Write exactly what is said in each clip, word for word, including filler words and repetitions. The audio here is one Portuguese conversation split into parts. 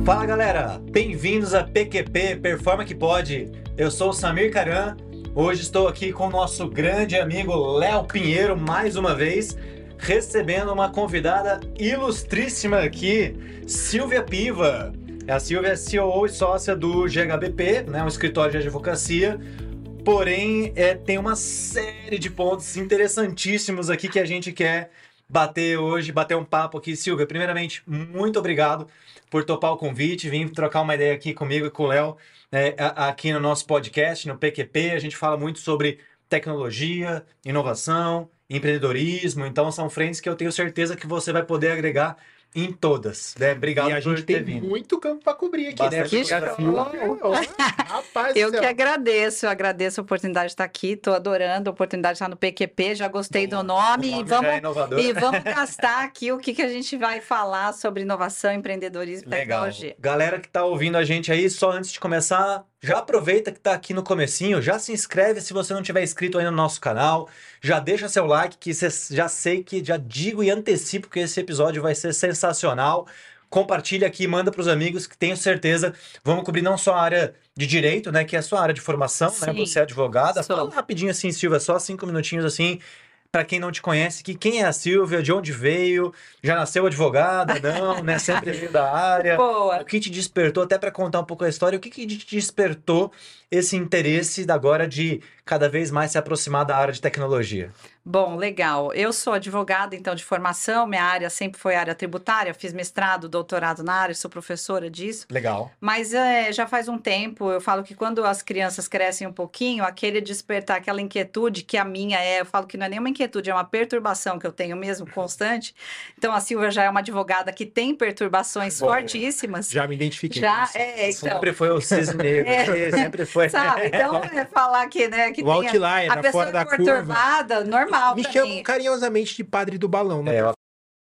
Fala galera, bem-vindos a P Q P Performa que Pode. Eu sou o Samir Caran, hoje estou aqui com o nosso grande amigo Léo Pinheiro, mais uma vez, recebendo uma convidada ilustríssima aqui, Silvia Piva. A Silvia é C E O e sócia do G H B P, né, um escritório de advocacia, porém é, tem uma série de pontos interessantíssimos aqui que a gente quer bater hoje, bater um papo aqui. Silvia, primeiramente, muito obrigado por topar o convite, vir trocar uma ideia aqui comigo e com o Léo, é, aqui no nosso podcast, no P Q P. A gente fala muito sobre tecnologia, inovação, empreendedorismo, então são frentes que eu tenho certeza que você vai poder agregar em todas, né? Obrigado e a gente por ter tem vindo. muito campo para cobrir aqui, Bastante né? Que show. Rapaz Eu do céu. que agradeço, eu agradeço a oportunidade de estar aqui, estou adorando a oportunidade de estar no P Q P, já gostei Boa. do nome, O nome e vamos, já é inovador. e vamos gastar aqui o que, que a gente vai falar sobre inovação, empreendedorismo e Legal. tecnologia. Galera que tá ouvindo a gente aí, só antes de começar, já aproveita que tá aqui no comecinho, já se inscreve se você não tiver inscrito ainda no nosso canal, já deixa seu like, que cê, já sei que, já digo e antecipo que esse episódio vai ser sensacional. Compartilha aqui, manda para os amigos, que tenho certeza vamos cobrir não só a área de direito, né, que é a sua área de formação, né, Sim, você é advogada. sou. Fala rapidinho assim, Silvia, só cinco minutinhos assim, para quem não te conhece, que quem é a Silvia, de onde veio, já nasceu advogada, não, né, sempre veio da área. Boa. O que te despertou, até para contar um pouco a história, o que, que te despertou esse interesse agora de cada vez mais se aproximar da área de tecnologia? Bom, legal. Eu sou advogada, então, de formação, minha área sempre foi área tributária, fiz mestrado, doutorado na área, sou professora disso. Legal. Mas é, já faz um tempo, eu falo que quando as crianças crescem um pouquinho, aquele despertar, aquela inquietude que a minha é, eu falo que não é nenhuma inquietude, é uma perturbação que eu tenho mesmo, constante. Então, a Silvia já é uma advogada que tem perturbações Bom, fortíssimas. Já me identifiquei. Já, com isso. é, então... Sempre foi o cisne negro, É. sempre foi. Sabe, então, é falar que, né, que O tem outlier, a, a na pessoa fora da perturbada, normal Me pra chamam mim. carinhosamente de padre do balão, né? É, eu-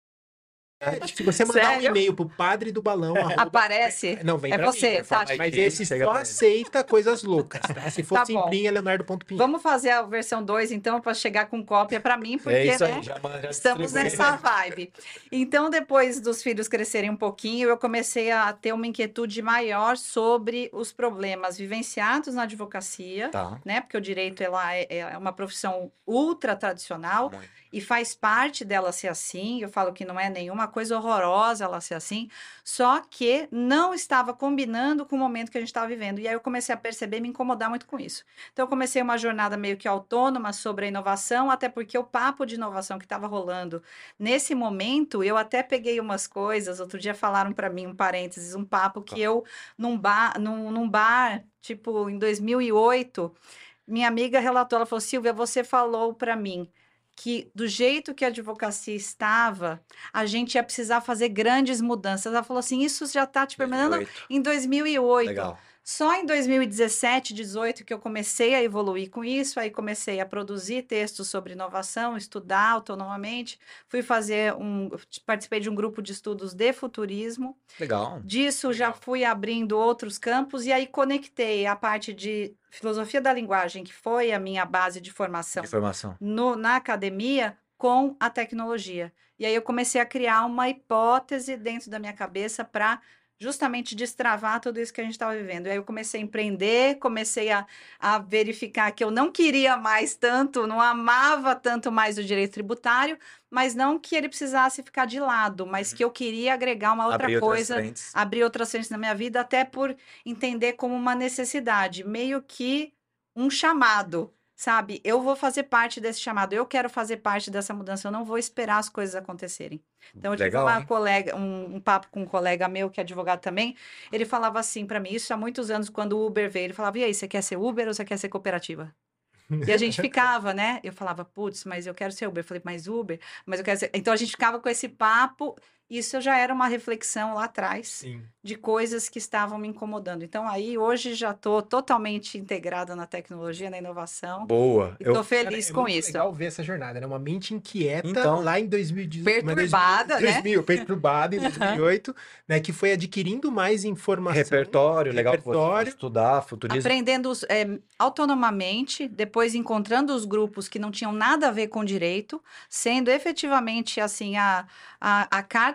Se você mandar Sério? um e-mail pro padre do balão, arroba- Aparece? Não, vem É pra você, mim. tá? Mas Quem esse chega só pra ele? aceita coisas loucas, tá? Se for Tá bom. simplinho, é Leonardo ponto Pinheiro. Vamos fazer a versão dois, então, para chegar com cópia para mim, porque, é isso aí, né? já, já Estamos distribui. nessa vibe. Então, depois dos filhos crescerem um pouquinho, eu comecei a ter uma inquietude maior sobre os problemas vivenciados na advocacia, Tá. né? Porque o direito ela é, é uma profissão ultra tradicional Muito. e faz parte dela ser assim. Eu falo que não é nenhuma coisa horrorosa ela ser assim, só que não estava combinando com o momento que a gente estava vivendo. E aí eu comecei a perceber e me incomodar muito com isso. Então, eu comecei uma jornada meio que autônoma sobre a inovação, até porque o papo de inovação que estava rolando nesse momento, eu até peguei umas coisas. Outro dia falaram para mim, um parênteses, um papo que eu, num bar, num, num bar, tipo, em dois mil e oito, minha amiga relatou, ela falou, Silvia, você falou para mim que do jeito que a advocacia estava, a gente ia precisar fazer grandes mudanças. Ela falou assim, isso já está te permanecendo dois mil e oito. em dois mil e oito. Legal. Só em dois mil e dezessete, dezoito que eu comecei a evoluir com isso, aí comecei a produzir textos sobre inovação, estudar autonomamente, fui fazer um, participei de um grupo de estudos de futurismo, Legal. disso já fui abrindo outros campos e aí conectei a parte de filosofia da linguagem, que foi a minha base de formação Informação. no, na academia, com a tecnologia. E aí eu comecei a criar uma hipótese dentro da minha cabeça para justamente destravar tudo isso que a gente estava vivendo. E aí eu comecei a empreender, comecei a, a verificar que eu não queria mais tanto, não amava tanto mais o direito tributário, mas não que ele precisasse ficar de lado, mas que eu queria agregar uma outra Abrir outras coisa, frentes. abrir outras frentes na minha vida, até por entender como uma necessidade, meio que um chamado. Sabe, eu vou fazer parte desse chamado, eu quero fazer parte dessa mudança, eu não vou esperar as coisas acontecerem. Então, eu tive Legal, uma hein? colega, um, um papo com um colega meu, que é advogado também, ele falava assim para mim, isso há muitos anos, quando o Uber veio, ele falava, e aí, você quer ser Uber ou você quer ser cooperativa? E a gente ficava, né? Eu falava, putz, mas eu quero ser Uber. Eu falei, mas Uber? Mas eu quero ser... Então, a gente ficava com esse papo. Isso já era uma reflexão lá atrás Sim. de coisas que estavam me incomodando. Então, aí, hoje, já estou totalmente integrada na tecnologia, na inovação. Boa. E Eu- estou feliz Cara, é com muito isso. legal ver essa jornada, né? Uma mente inquieta Então, lá em dois mil e dezoito. perturbada, dois né? mil, perturbada em dois mil e oito, né? Que foi adquirindo mais informação. Repertório, legal pra você Repertório. estudar, futurismo. Aprendendo é, autonomamente, depois encontrando os grupos que não tinham nada a ver com direito, sendo efetivamente assim a, a, a carta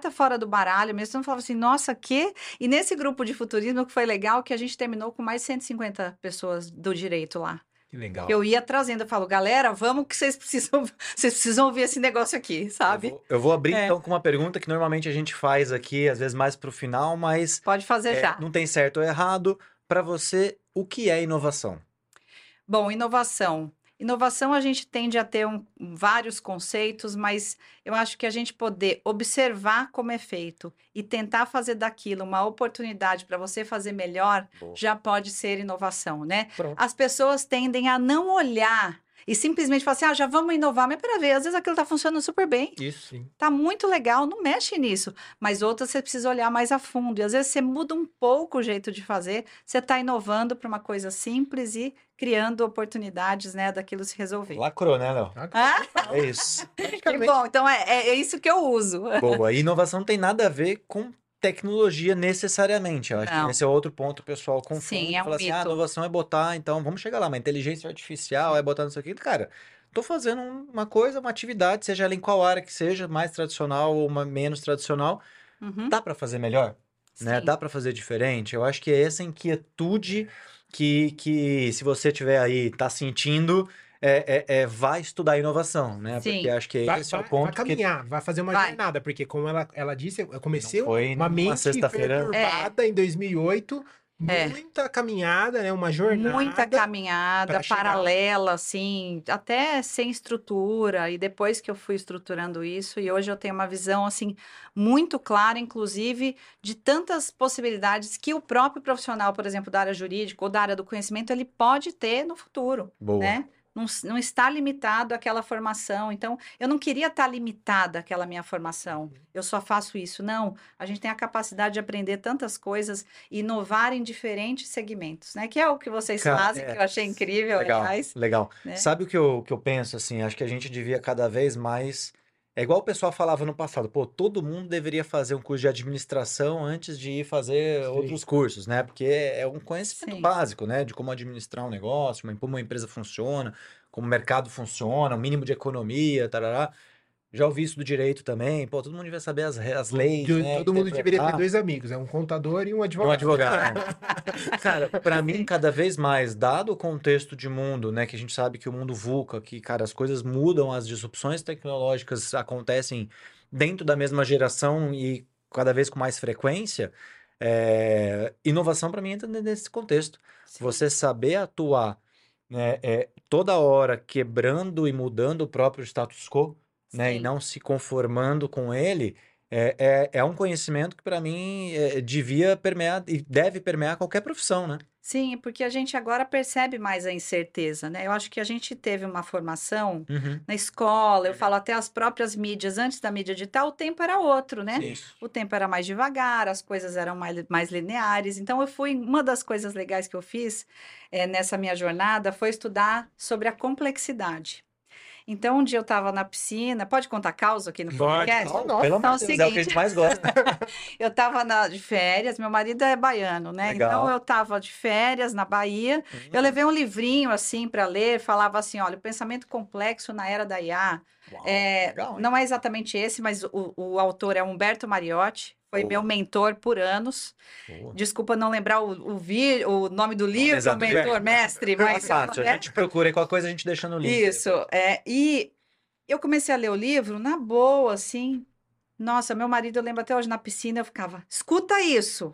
carta fora do baralho mesmo. Então, falava assim, nossa, que... E nesse grupo de futurismo, que foi legal, que a gente terminou com mais de cento e cinquenta pessoas do direito lá. Que legal. Eu ia trazendo, eu falo, galera, vamos que vocês precisam, vocês precisam ouvir esse negócio aqui, sabe? Eu vou, eu vou abrir É. então com uma pergunta que normalmente a gente faz aqui, às vezes mais pro final, mas Pode fazer é, já. não tem certo ou errado. Para você, o que é inovação? Bom, inovação. Inovação, a gente tende a ter um- vários conceitos, mas eu acho que a gente poder observar como é feito e tentar fazer daquilo uma oportunidade para você fazer melhor, Boa. já pode ser inovação, né? Pronto. As pessoas tendem a não olhar e simplesmente falar assim, ah, já vamos inovar, mas pera ver, às vezes aquilo está funcionando super bem. Isso. Sim. Tá muito legal, não mexe nisso. Mas outras você precisa olhar mais a fundo. E às vezes você muda um pouco o jeito de fazer, você está inovando para uma coisa simples e criando oportunidades, né, daquilo se resolver. Lacrou, né, Léo? Ah, É isso. que Praticamente. bom, então é, é, é isso que eu uso. Boa. E inovação não tem nada a ver com tecnologia necessariamente. Eu acho Não. que esse é outro ponto que o pessoal confunde. Sim, é um Fala assim, ah, mito. inovação é botar, então vamos chegar lá, mas inteligência artificial é botar não sei o quê. Cara, tô fazendo uma coisa, uma atividade, seja ela em qual área que seja, mais tradicional ou uma menos tradicional, Uhum, dá para fazer melhor, né? sim. Dá para fazer diferente. Eu acho que é essa inquietude que, que se você tiver aí, tá sentindo, é, é, é, vai estudar inovação, né? Sim. Porque acho que Vai, esse é vai- o ponto vai que caminhar, vai fazer uma Vai. jornada, porque como ela, ela disse, eu comecei Não foi uma numa mente sexta-feira. perturbada em dois mil e oito, É. muita caminhada, né? Uma jornada. Muita caminhada pra chegar. paralela, assim, até sem estrutura. E depois que eu fui estruturando isso, e hoje eu tenho uma visão, assim, muito clara, inclusive, de tantas possibilidades que o próprio profissional, por exemplo, da área jurídica ou da área do conhecimento, ele pode ter no futuro, Boa. né? Não, s- não está limitado àquela formação. Então, eu não queria estar limitada àquela minha formação. Eu só faço isso. Não, a gente tem a capacidade de aprender tantas coisas e inovar em diferentes segmentos, né? Que é o que vocês Cara, fazem, é. que eu achei incrível, Legal, aliás. legal. né? Sabe o que eu, que eu penso, assim? Acho que a gente devia cada vez mais... É igual o pessoal falava no passado, pô, todo mundo deveria fazer um curso de administração antes de ir fazer Sim. outros cursos, né? Porque é um conhecimento Sim. básico, né? De como administrar um negócio, como uma empresa funciona, como o mercado funciona, o mínimo de economia, tarará. Já ouvi isso do direito também, pô, todo mundo devia saber as, re- as leis, De- né? Todo mundo deveria ter interpretar. dois amigos, é um contador e um Um advogado. advogado. Cara, pra mim, cada vez mais, dado o contexto de mundo, né, que a gente sabe que o mundo VUCA, que, cara, as coisas mudam, as disrupções tecnológicas acontecem dentro da mesma geração e cada vez com mais frequência, é, inovação pra mim entra nesse contexto. Sim. Você saber atuar, né, é, toda hora quebrando e mudando o próprio status quo, né, e Sim. não se conformando com ele, é, é, é um conhecimento que, para mim, é, devia permear e deve permear qualquer profissão, né? Sim, porque a gente agora percebe mais a incerteza, né? Eu acho que a gente teve uma formação Uhum. na escola, eu falo até as próprias mídias, antes da mídia digital, o tempo era outro, né? Sim. O tempo era mais devagar, as coisas eram mais, mais lineares. Então, eu fui. Uma das coisas legais que eu fiz eh, nessa minha jornada foi estudar sobre a complexidade. Então, um dia eu estava na piscina. Pode contar causa aqui no Pode, podcast? claro. Pelo Nossa. amor Então, de é o Deus, é o que a seguinte. gente mais gosta. Eu estava de férias, meu marido é baiano, né? Legal. Então, eu estava de férias na Bahia. Eu levei um livrinho assim para ler, falava assim: olha, o pensamento complexo na era da I A. Uau, É, legal, hein? não é exatamente esse, mas o, o autor é Humberto Mariotti, foi Boa. meu mentor por anos. Boa. Desculpa não lembrar o, o, vi, o nome do livro, Exato. mentor, mestre, Tá mas fácil, a é, gente procura e qualquer coisa a gente deixa no link. isso. É, e eu comecei a ler o livro na boa, assim. Nossa, meu marido, eu lembro até hoje na piscina, eu ficava, escuta isso.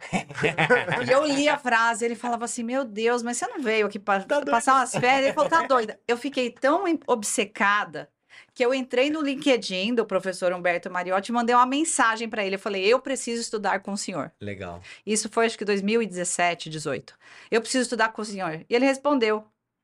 E eu li a frase, ele falava assim, meu Deus, mas você não veio aqui para Tá doida. passar umas férias? Ele falou, tá doida. Eu fiquei tão em- obcecada que eu entrei no LinkedIn do professor Humberto Mariotti e mandei uma mensagem para ele. Eu falei, eu preciso estudar com o senhor. Legal. Isso foi, acho que dois mil e dezessete, dezoito. Eu preciso estudar com o senhor. E ele respondeu,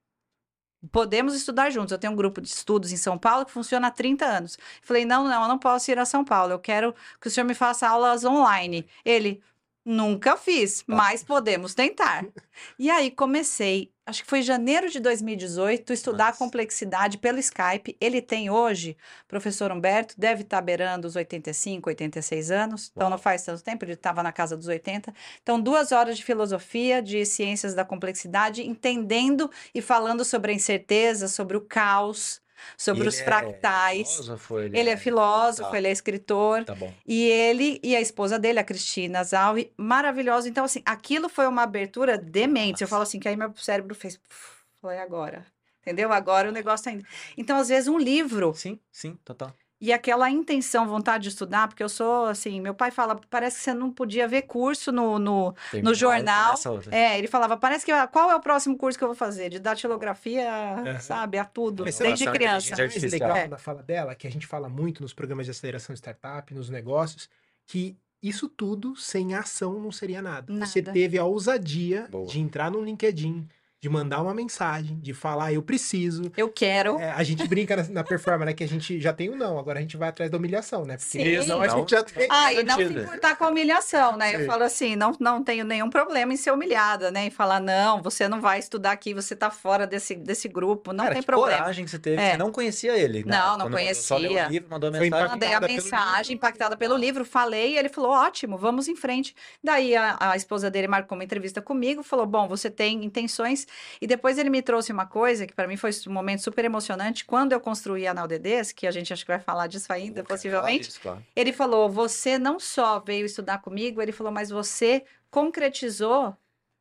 podemos estudar juntos. Eu tenho um grupo de estudos em São Paulo que funciona há trinta anos. Falei, não, não, eu não posso ir a São Paulo. Eu quero que o senhor me faça aulas online. Ele, nunca fiz, mas podemos tentar. E aí comecei, acho que foi em janeiro de dois mil e dezoito, estudar a Nossa. complexidade pelo Skype. Ele tem hoje, professor Humberto, deve estar beirando os oitenta e cinco, oitenta e seis anos. Então Uau. não faz tanto tempo, ele estava na casa dos oitenta. Então duas horas de filosofia, de ciências da complexidade, entendendo e falando sobre a incerteza, sobre o caos, sobre E os ele é fractais. filósofo, ele, Ele é filósofo, Tá. ele é escritor. Tá bom. E ele e a esposa dele, a Cristina Zalvi, maravilhosa. Então, assim, aquilo foi uma abertura demente. Eu falo assim, que aí meu cérebro fez... puf, Falei, agora. Entendeu? Agora o negócio tá indo. Então, às vezes, um livro Sim, sim, total. e aquela intenção, vontade de estudar, porque eu sou, assim, meu pai fala, parece que você não podia ver curso no, no, Termina no jornal. essa outra. É, ele falava, parece que, qual é o próximo curso que eu vou fazer? De datilografia, Uhum. sabe, a tudo, Mas desde sabe, criança. inteligência mais artificial. legal É. na fala dela, que a gente fala muito nos programas de aceleração startup, nos negócios, que isso tudo sem ação não seria nada. Você Nada. teve a ousadia Boa. de entrar no LinkedIn, de mandar uma mensagem, de falar eu preciso. Eu quero. É, a gente brinca na, na performance, né, que a gente já tem o não, agora a gente vai atrás da humilhação, né? Porque Sim. o não a Não. gente já tem. Ah, e não se Garantida. importar com a humilhação, né? Eu Sim. falo assim, não, não tenho nenhum problema em ser humilhada, né? E falar, não, você não vai estudar aqui, você tá fora desse, desse grupo, não Cara, tem que problema. coragem que você teve. É. Você não conhecia ele, né? Não, não Quando Só leu conhecia. o livro, mandou Foi mensagem. Mandei a impactada pelo mensagem, impactada pelo livro, falei, e ele falou, ótimo, vamos em frente. Daí a, a esposa dele marcou uma entrevista comigo, falou, bom, você tem intenções, e depois ele me trouxe uma coisa que para mim foi um momento super emocionante, quando eu construí a Naudedês, que a gente acho que vai falar disso ainda, Eu quero possivelmente, falar disso, claro. ele falou, você não só veio estudar comigo, ele falou, mas você concretizou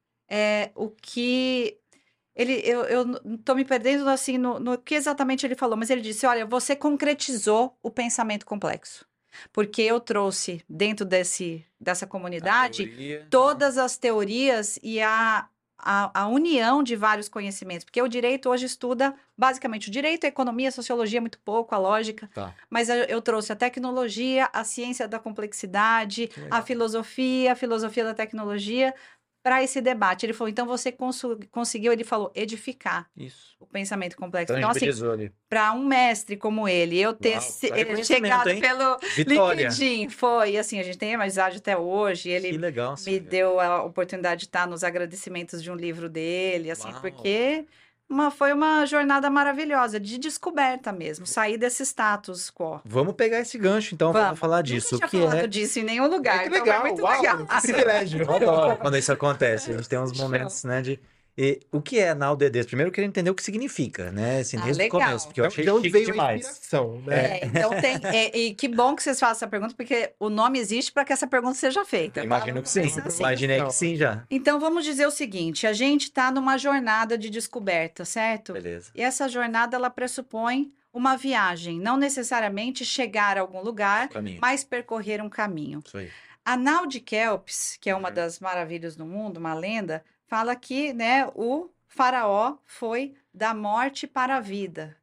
é, o que... Ele, eu, eu n- tô me perdendo assim no, no que exatamente ele falou, mas ele disse, olha, você concretizou o pensamento complexo. Porque eu trouxe dentro desse, dessa A comunidade teoria, todas as teorias e a, a, a união de vários conhecimentos. Porque o direito hoje estuda basicamente o direito, a economia, a sociologia, muito pouco, a lógica. Tá. Mas eu, eu trouxe a tecnologia, a ciência da complexidade, Que legal. a filosofia, a filosofia da tecnologia, para esse debate. Ele falou, então você consu- conseguiu, ele falou, edificar Isso. o pensamento complexo. Então, assim, Tangibilizou ali. para um mestre como ele, eu ter Uau, se- tá eh, reconhecimento, chegado hein? pelo Vitória. LinkedIn, foi, assim, a gente tem amizade até hoje, ele Que legal, me Silvia. deu a oportunidade de estar nos agradecimentos de um livro dele, assim, Uau. porque uma, foi uma jornada maravilhosa, de descoberta mesmo, sair desse status quo. Vamos pegar esse gancho, então, vamos, Vamos. falar Nunca disso. O tinha que falado é... disso em nenhum lugar, É que então legal, foi muito uau, legal. que privilégio. Eu adoro quando isso acontece. A gente tem uns momentos, né, de... E o que é Naudedês? Primeiro eu queria entender o que significa, né? Assim, Ah, desde o legal. começo, porque eu Então, achei de onde chique veio a demais. inspiração, né? É, então tem, é, e que bom que vocês façam essa pergunta, porque o nome existe para que essa pergunta seja feita. tá? Imagino que sim. Vamos começar assim. Imaginei que sim já. Então vamos dizer o seguinte: a gente está numa jornada de descoberta, certo? Beleza. E essa jornada ela pressupõe uma viagem, não necessariamente chegar a algum lugar, Caminho. mas percorrer um caminho. Isso aí. A Nau de Kelps, que é uma Uhum. das maravilhas do mundo, uma lenda, fala que, né, o faraó foi da morte para a vida.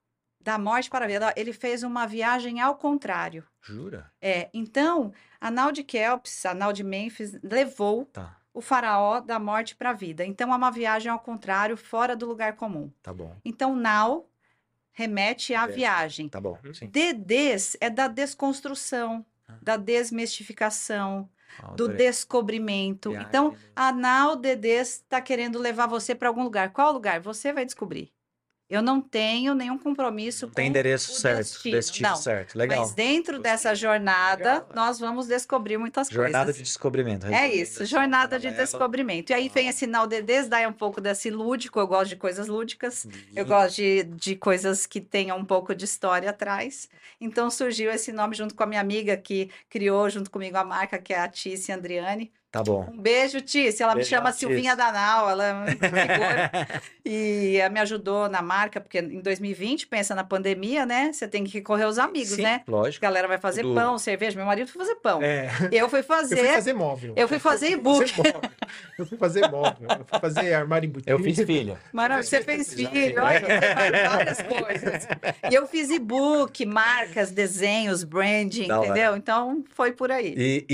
Da morte para a vida. Ele fez uma viagem ao contrário. Jura? É, então, a Nau de Kelps, a Nau de Mênfis, levou Tá, o faraó da morte para a vida. Então, é uma viagem ao contrário, fora do lugar comum. tá bom. Então, Nau remete à Remete. viagem. Tá bom, sim. Dedês é da desconstrução, Ah. da desmistificação, Ah, do adorei. descobrimento. Viagem. Então, a Nau Dedês está querendo levar você para algum lugar. Qual lugar? Você vai descobrir. Eu não tenho nenhum compromisso Não tem com endereço o certo, destino, destino não. certo. Legal. Mas dentro Gostei. dessa jornada, Legal. nós vamos descobrir muitas Jornada coisas. de descobrimento. É resumindo isso, assim, jornada de paralelo. descobrimento. E aí vem Uau. esse Nau Dedês, daí um pouco desse lúdico, eu gosto de coisas lúdicas. Eu Lindo. gosto de, de coisas que tenham um pouco de história atrás. Então surgiu esse nome junto com a minha amiga que criou junto comigo a marca, que é a Tícia Andriani. Tá bom. Um beijo, Tícia. Ela me Beijão, chama Tícia. Silvinha Danal, ela é uma figura. E ela me ajudou na marca, porque em dois mil e vinte, pensa na pandemia, né? Você tem que recorrer aos amigos, Sim, né? A lógico. galera vai fazer Tudo. pão, cerveja. Meu marido foi fazer pão. É. Eu fui Eu fazer. fui fazer móvel. Eu fui fazer Eu e-book. fui fazer móvel. Eu fui fazer móvel. Eu fui fazer armário embutido. Eu fiz filho. Maravilha, você fez Já filho, fiz. olha, você faz várias coisas. E eu fiz e-book, marcas, desenhos, branding, Da hora. entendeu? Então foi por aí. E,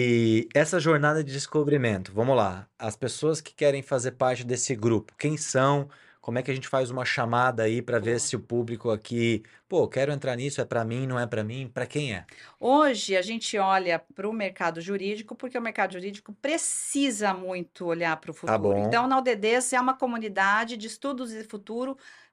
e essa jornada de descobrimento, vamos lá. As pessoas que querem fazer parte desse grupo, quem são? Como é que a gente faz uma chamada aí para ver se o público aqui, pô, quero entrar nisso, é para mim, não é para mim? Para quem é? Hoje a gente olha para o mercado jurídico, porque o mercado jurídico precisa muito olhar para o futuro. bom. Então, na U D Ds é uma comunidade de estudos de futuro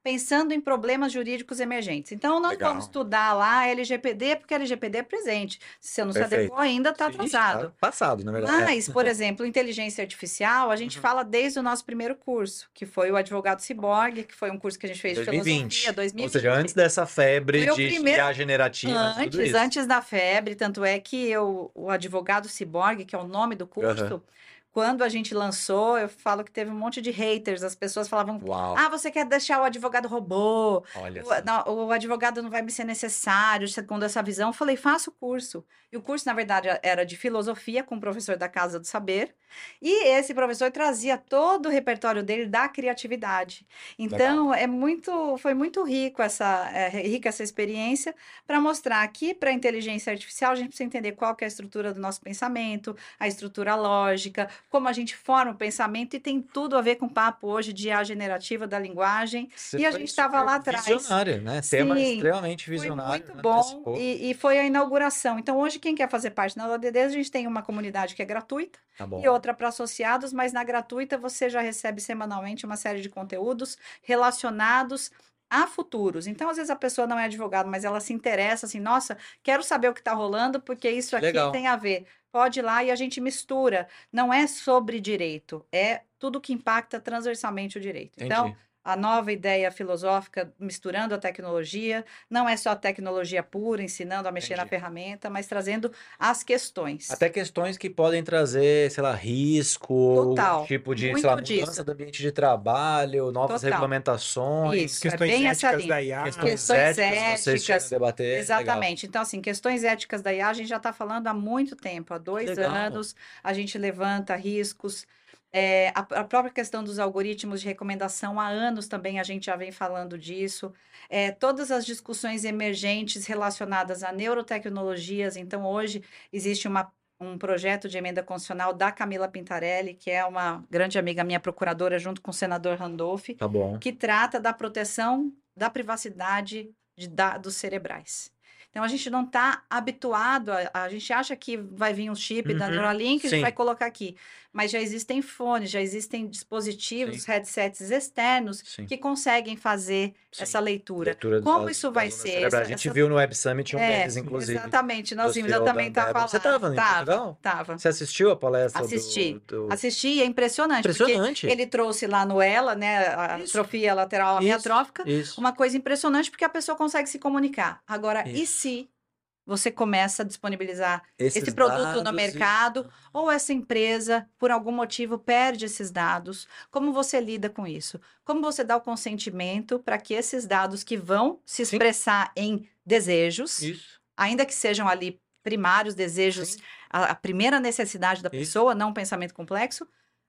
pensando em problemas jurídicos emergentes. Então, nós Legal. vamos estudar lá L G P D, porque L G P D é presente. Se você não se Perfeito. adequou ainda, está Sim, atrasado. tá passado, na verdade. Mas, por exemplo, inteligência artificial, a gente Uhum. fala desde o nosso primeiro curso, que foi o Advogado Ciborgue, que foi um curso que a gente fez de dois mil e vinte. filosofia, dois mil e vinte. Ou seja, antes dessa febre Foi o de primeiro- I A generativa, antes de tudo Antes, isso. antes da febre, tanto é que eu, o Advogado Ciborgue, que é o nome do curso, Aham. quando a gente lançou, eu falo que teve um monte de haters, as pessoas falavam, Uau, ah, você quer deixar o advogado robô, olha o, só. não, o advogado não vai me ser necessário, segundo essa visão. Eu falei, faça o curso. E o curso, na verdade, era de filosofia com o professor da Casa do Saber. E esse professor trazia todo o repertório dele da criatividade. Então, é muito, foi muito rico essa, é, rica essa experiência para mostrar que, para a inteligência artificial, a gente precisa entender qual que é a estrutura do nosso pensamento, a estrutura lógica, como a gente forma o pensamento, e tem tudo a ver com o papo hoje de I A generativa da linguagem. Você E a foi gente estava super lá atrás. Visionária, né? Tema Sim, extremamente Foi visionário. muito né? bom Antecipou. e, e foi a inauguração. Então, hoje, quem quer fazer parte da O D D, a gente tem uma comunidade que é gratuita Tá bom. e outra para associados, mas na gratuita você já recebe semanalmente uma série de conteúdos relacionados a futuros. Então, às vezes a pessoa não é advogado, mas ela se interessa assim, nossa, quero saber o que está rolando, porque isso aqui Legal. tem a ver. Pode ir lá e a gente mistura. Não é sobre direito, é tudo que impacta transversalmente o direito. Entendi. Então, a nova ideia filosófica misturando a tecnologia, não é só a tecnologia pura, ensinando a mexer na Entendi. ferramenta, mas trazendo as questões. Até questões que podem trazer, sei lá, risco, ou Total, tipo de, muito sei lá, mudança disso. do ambiente de trabalho, novas Total. regulamentações, Isso, é Questões bem essa éticas linha. da I A. questões, Questões éticas, vocês chegam a éticas, debater. Legal. Exatamente. Então, assim, questões éticas da I A, a gente já está falando há muito tempo, há dois legal. anos, a gente levanta riscos. É, a, a própria questão dos algoritmos de recomendação, há anos também a gente já vem falando disso. É, todas as discussões emergentes relacionadas a neurotecnologias. Então, hoje existe uma, um projeto de emenda constitucional da Camila Pintarelli, que é uma grande amiga minha procuradora, junto com o senador Randolph, Tá bom. que trata da proteção da privacidade de dados cerebrais. Então, a gente não está habituado, a, a gente acha que vai vir um chip da Uhum, Neuralink, a sim. gente vai colocar aqui. Mas já existem fones, já existem dispositivos, Sim. headsets externos Sim. que conseguem fazer Sim. essa leitura. Leitura Como das- isso das vai ondas ser? cerebrais. Essa- A gente essa- viu no Web Summit um É, deles, inclusive. Exatamente, nós do vimos, C E O eu da também estava Ambev. lá. Você estava em Tava, Portugal? tava. Você assistiu a palestra Assisti. do... do... Assisti, e é impressionante, Impressionante. porque ele trouxe lá no ELA, né, a Isso. atrofia lateral amiotrófica, Isso. uma coisa impressionante, porque a pessoa consegue se comunicar. Agora, e Isso. se você começa a disponibilizar Esses esse produto no dados e- mercado, ou essa empresa, por algum motivo, perde esses dados? Como você lida com isso? Como você dá o consentimento para que esses dados que vão se Sim. expressar em desejos, Isso. ainda que sejam ali primários desejos, Sim. a, a primeira necessidade da Isso. pessoa, não um pensamento complexo,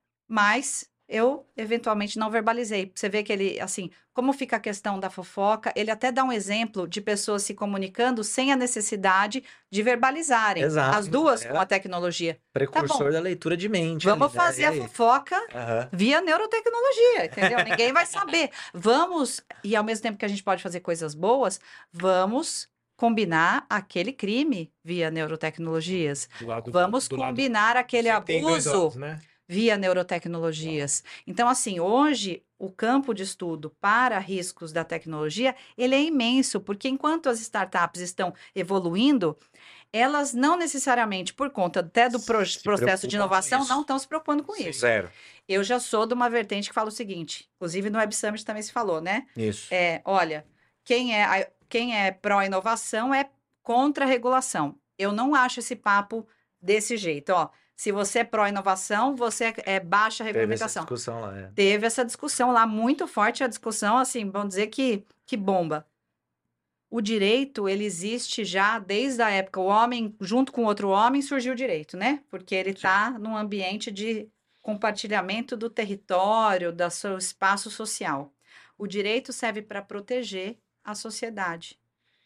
mas eu eventualmente não verbalizei. Você vê que ele, assim, como fica a questão da fofoca, ele até dá um exemplo de pessoas se comunicando sem a necessidade de verbalizarem. Exato. As duas É. com a tecnologia. Precursor bom. da leitura de mente. Vamos ali, né? fazer E a aí? fofoca Aham. via neurotecnologia, entendeu? Ninguém vai saber. Vamos, e ao mesmo tempo que a gente pode fazer coisas boas, vamos combinar aquele crime via neurotecnologias. Do lado- Vamos do lado- combinar aquele Sempre tem dois abuso lados, né? via neurotecnologias. Então, assim, hoje o campo de estudo para riscos da tecnologia, ele é imenso, porque enquanto as startups estão evoluindo, elas não necessariamente, por conta até do pro- Se processo de preocupam com inovação, isso. não estão se preocupando com Sim. isso. Zero. Eu já sou de uma vertente que fala o seguinte, inclusive no Web Summit também se falou, né? Isso. É, olha, quem é, a- quem é pró-inovação é contra a regulação. Eu não acho esse papo desse jeito, ó. Se você é pró-inovação, você é, é baixa a Teve essa regulamentação. discussão lá. É. Teve essa discussão lá, muito forte a discussão, assim, vamos dizer que, que bomba. O direito, ele existe já desde a época, o homem, junto com outro homem, surgiu o direito, né? Porque ele está num ambiente de compartilhamento do território, do seu espaço social. O direito serve para proteger a sociedade.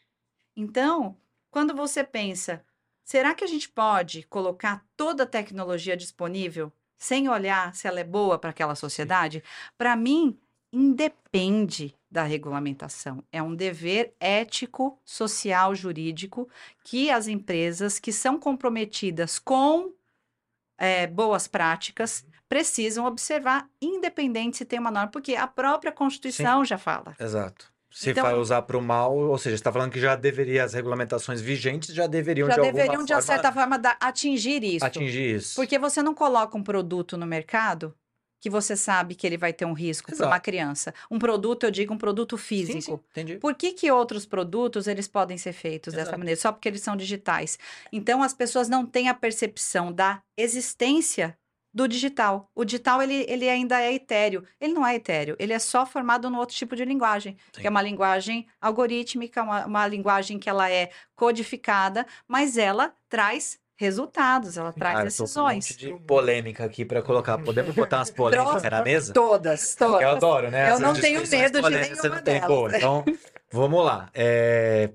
Então, quando você pensa, será que a gente pode colocar toda a tecnologia disponível sem olhar se ela é boa para aquela sociedade? Para mim, independe da regulamentação. É um dever ético, social, jurídico que as empresas que são comprometidas com é, boas práticas, precisam observar, independente se tem uma norma, porque a própria Constituição já fala. Exato. Se Então- vai usar para o mal, ou seja, você está falando que já deveria, as regulamentações vigentes já deveriam Já de deveriam, alguma de forma certa forma, da- atingir isso. atingir isso. Porque você não coloca um produto no mercado que você sabe que ele vai ter um risco para uma Exato. criança. Um produto, eu digo, um produto físico. Sim, sim, entendi. Por que que outros produtos, eles podem ser feitos dessa Exato. maneira? Só porque eles são digitais. Então, as pessoas não têm a percepção da existência do digital. O digital, ele, ele ainda é etéreo. Ele não é etéreo, ele é só formado num outro tipo de linguagem, Sim. que é uma linguagem algorítmica, uma, uma linguagem que ela é codificada, mas ela traz resultados, ela traz Cara, eu tô com um decisões. monte de polêmica aqui para colocar. Podemos botar umas polêmicas na mesa? Todas, todas. Eu adoro, né? Eu Essas não tenho discussões medo de polêmicas, você nenhuma não tem. delas. Pô, então, vamos lá. É...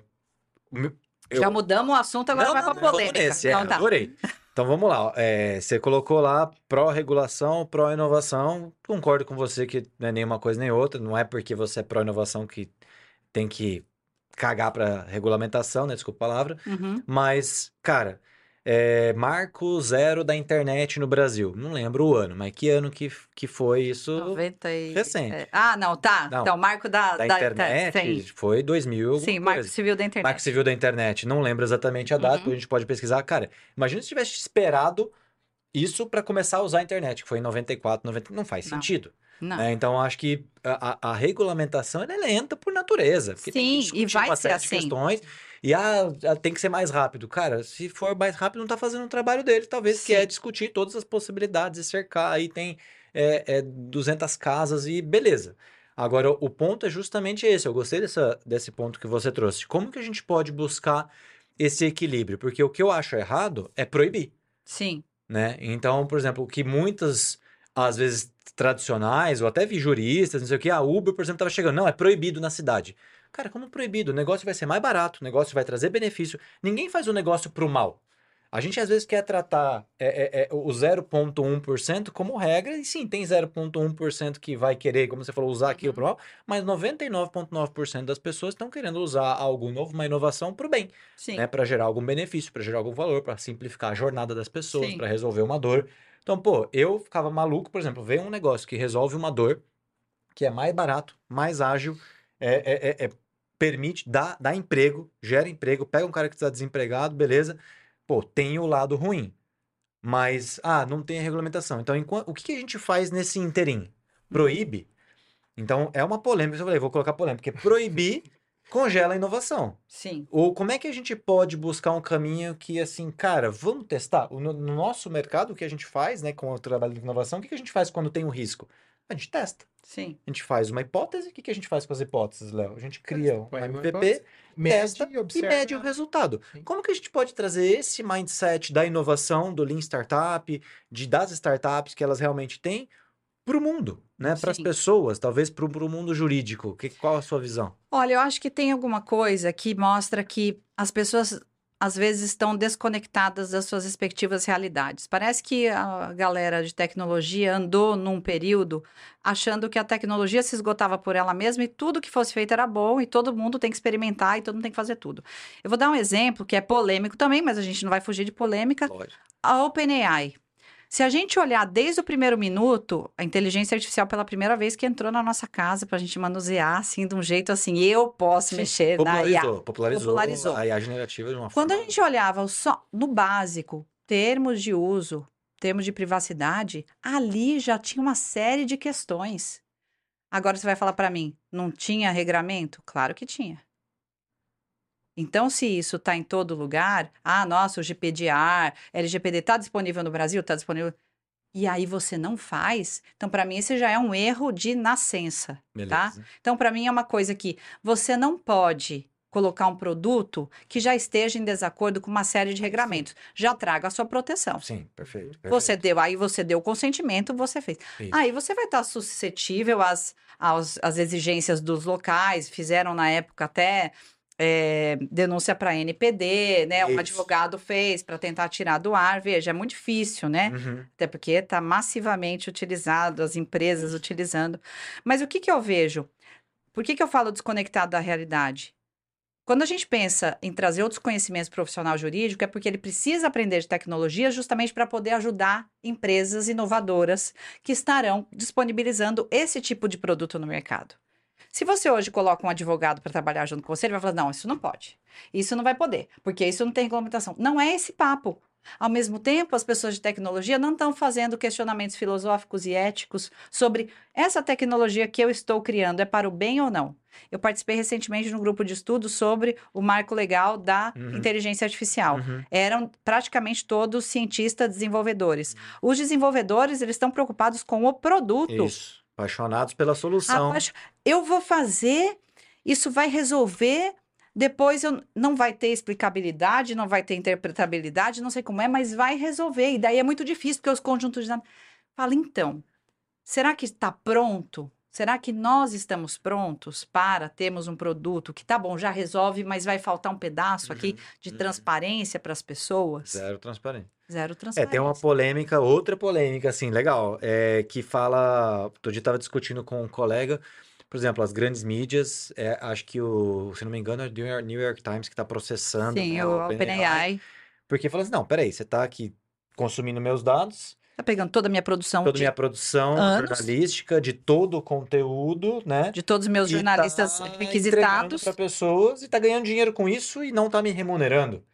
eu- Já mudamos o assunto, agora Não, vai não, pra não, polêmica. vamos nesse, é, Então tá. adorei. Então vamos lá. É, você colocou lá pró-regulação, pró-inovação. Concordo com você que não é nenhuma coisa nem outra. Não é porque você é pró-inovação que tem que cagar para regulamentação, né? Desculpa a palavra. Uhum. Mas, cara, é, marco zero da internet no Brasil. Não lembro o ano, mas que ano que, que foi isso? noventa e... recente. é. Ah, não, tá. Não. Então, marco da... Da da- internet Sim, foi dois mil alguma sim, marco coisa. civil da internet. Marco Civil da Internet, não lembro exatamente a data, Uhum. depois a gente pode pesquisar. Cara, imagina se tivesse esperado isso para começar a usar a internet, que foi em noventa e quatro, noventa, não faz Não. sentido. Não. Né? Então, acho que a, a- a regulamentação ela é lenta por natureza. Porque tem que Sim, e discutir vai uma ser série de assim. questões. E ah, ah, tem que ser mais rápido. Cara, se for mais rápido, não tá fazendo o trabalho dele, talvez, que Sim. é discutir todas as possibilidades e cercar. Aí tem é, é, duzentas casas e beleza. Agora, o ponto é justamente esse. Eu gostei dessa, desse ponto que você trouxe. Como que a gente pode buscar esse equilíbrio? Porque o que eu acho errado é proibir, Sim, né? Então, por exemplo, o que muitas, às vezes, tradicionais, ou até vi juristas, não sei o que, a Uber, por exemplo, estava chegando, não, é proibido na cidade. Cara, como proibido? O negócio vai ser mais barato, o negócio vai trazer benefício. Ninguém faz o negócio pro mal. A gente, às vezes, quer tratar é, é, é, o zero vírgula um por cento como regra, e sim, tem zero vírgula um por cento que vai querer, como você falou, usar aquilo Uhum. pro mal, mas noventa e nove vírgula nove por cento das pessoas estão querendo usar algo novo, uma inovação, pro bem. sim. Né, para gerar algum benefício, para gerar algum valor, para simplificar a jornada das pessoas, Sim. para resolver uma dor. Então, pô, eu ficava maluco, por exemplo, ver um negócio que resolve uma dor, que é mais barato, mais ágil, é, é- é- é- permite, dá, dá emprego, gera emprego, pega um cara que está desempregado, beleza. Pô, tem o lado ruim. Mas, ah, não tem a regulamentação. Então, enquanto, o que que a gente faz nesse interim? Proíbe? Então, é uma polêmica, eu falei, vou colocar polêmica, porque proibir congela a inovação. Sim. Ou como é que a gente pode buscar um caminho que, assim, cara, vamos testar? O- No, no nosso mercado, o que a gente faz, né, com o trabalho de inovação, o que que a gente faz quando tem um risco? A gente testa. Sim. A gente faz uma hipótese, o que que a gente faz com as hipóteses, Léo? A gente cria um Põe uma M V P, hipótese, mede testa e e observa. mede o resultado. Sim. Como que a gente pode trazer esse mindset da inovação, do Lean Startup, de, das startups que elas realmente têm, para o mundo, né? Para as Sim. pessoas, talvez para o mundo jurídico. Que, qual a sua visão? Olha, eu acho que tem alguma coisa que mostra que as pessoas às vezes estão desconectadas das suas respectivas realidades. Parece que a galera de tecnologia andou num período achando que a tecnologia se esgotava por ela mesma e tudo que fosse feito era bom e todo mundo tem que experimentar e todo mundo tem que fazer tudo. Eu vou dar um exemplo que é polêmico também, mas a gente não vai fugir de polêmica. Lógico. A OpenAI. Se a gente olhar desde o primeiro minuto, a inteligência artificial pela primeira vez que entrou na nossa casa para a gente manusear, assim, de um jeito assim, eu posso mexer na I A. Popularizou, popularizou, Popularizou. a I A generativa de uma Quando a forma... gente olhava o só no básico, termos de uso, termos de privacidade, ali já tinha uma série de questões. Agora você vai falar para mim, não tinha regramento? Claro que tinha. Então, se isso está em todo lugar, ah, nossa, o G P D R, L G P D está disponível no Brasil, está disponível. E aí você não faz, então para mim esse já é um erro de nascença, tá? Beleza. Então para mim é uma coisa que você não pode colocar um produto que já esteja em desacordo com uma série de regramentos. Já traga a sua proteção. Sim, perfeito. Você perfeito. deu, aí você deu o consentimento, você fez. Isso. Aí você vai estar suscetível às, às, às exigências dos locais, fizeram na época até é, denúncia para N P D, né? Um Isso. advogado fez para tentar tirar do ar. Veja, é muito difícil, né? Uhum. Até porque está massivamente utilizado, as empresas utilizando. Mas o que que eu vejo? Por que que eu falo desconectado da realidade? Quando a gente pensa em trazer outros conhecimentos profissional jurídico, é porque ele precisa aprender de tecnologia justamente para poder ajudar empresas inovadoras que estarão disponibilizando esse tipo de produto no mercado. Se você hoje coloca um advogado para trabalhar junto com você, ele vai falar, não, isso não pode, isso não vai poder, porque isso não tem regulamentação. Não é esse papo. Ao mesmo tempo, as pessoas de tecnologia não estão fazendo questionamentos filosóficos e éticos sobre essa tecnologia que eu estou criando, é para o bem ou não? Eu participei recentemente de um grupo de estudo sobre o marco legal da Uhum. inteligência artificial. Uhum. Eram praticamente todos cientistas desenvolvedores. Os desenvolvedores, eles estão preocupados com o produto. Isso. Apaixonados pela solução. Apaixo- Eu vou fazer, isso vai resolver, depois eu não vai ter explicabilidade, não vai ter interpretabilidade, não sei como é, mas vai resolver. E daí é muito difícil, porque os conjuntos de dados... Fala, então, será que está pronto? Será que nós estamos prontos para termos um produto que, tá bom, já resolve, mas vai faltar um pedaço aqui de uhum. transparência para as pessoas? Zero transparente. Zero É, transparência. tem uma polêmica, outra polêmica, assim, legal, é, que fala... Outro dia eu estava discutindo com um colega, por exemplo, as grandes mídias, é, acho que o, se não me engano, é o New York, New York Times que está processando, Sim, né, o OpenAI, OpenAI porque fala assim, não, peraí, você está aqui consumindo meus dados, tá pegando toda a minha produção toda a de, minha produção anos. jornalística, de todo o conteúdo, né? de todos os meus E jornalistas tá entregando requisitados. para pessoas e tá ganhando dinheiro com isso e não tá me remunerando.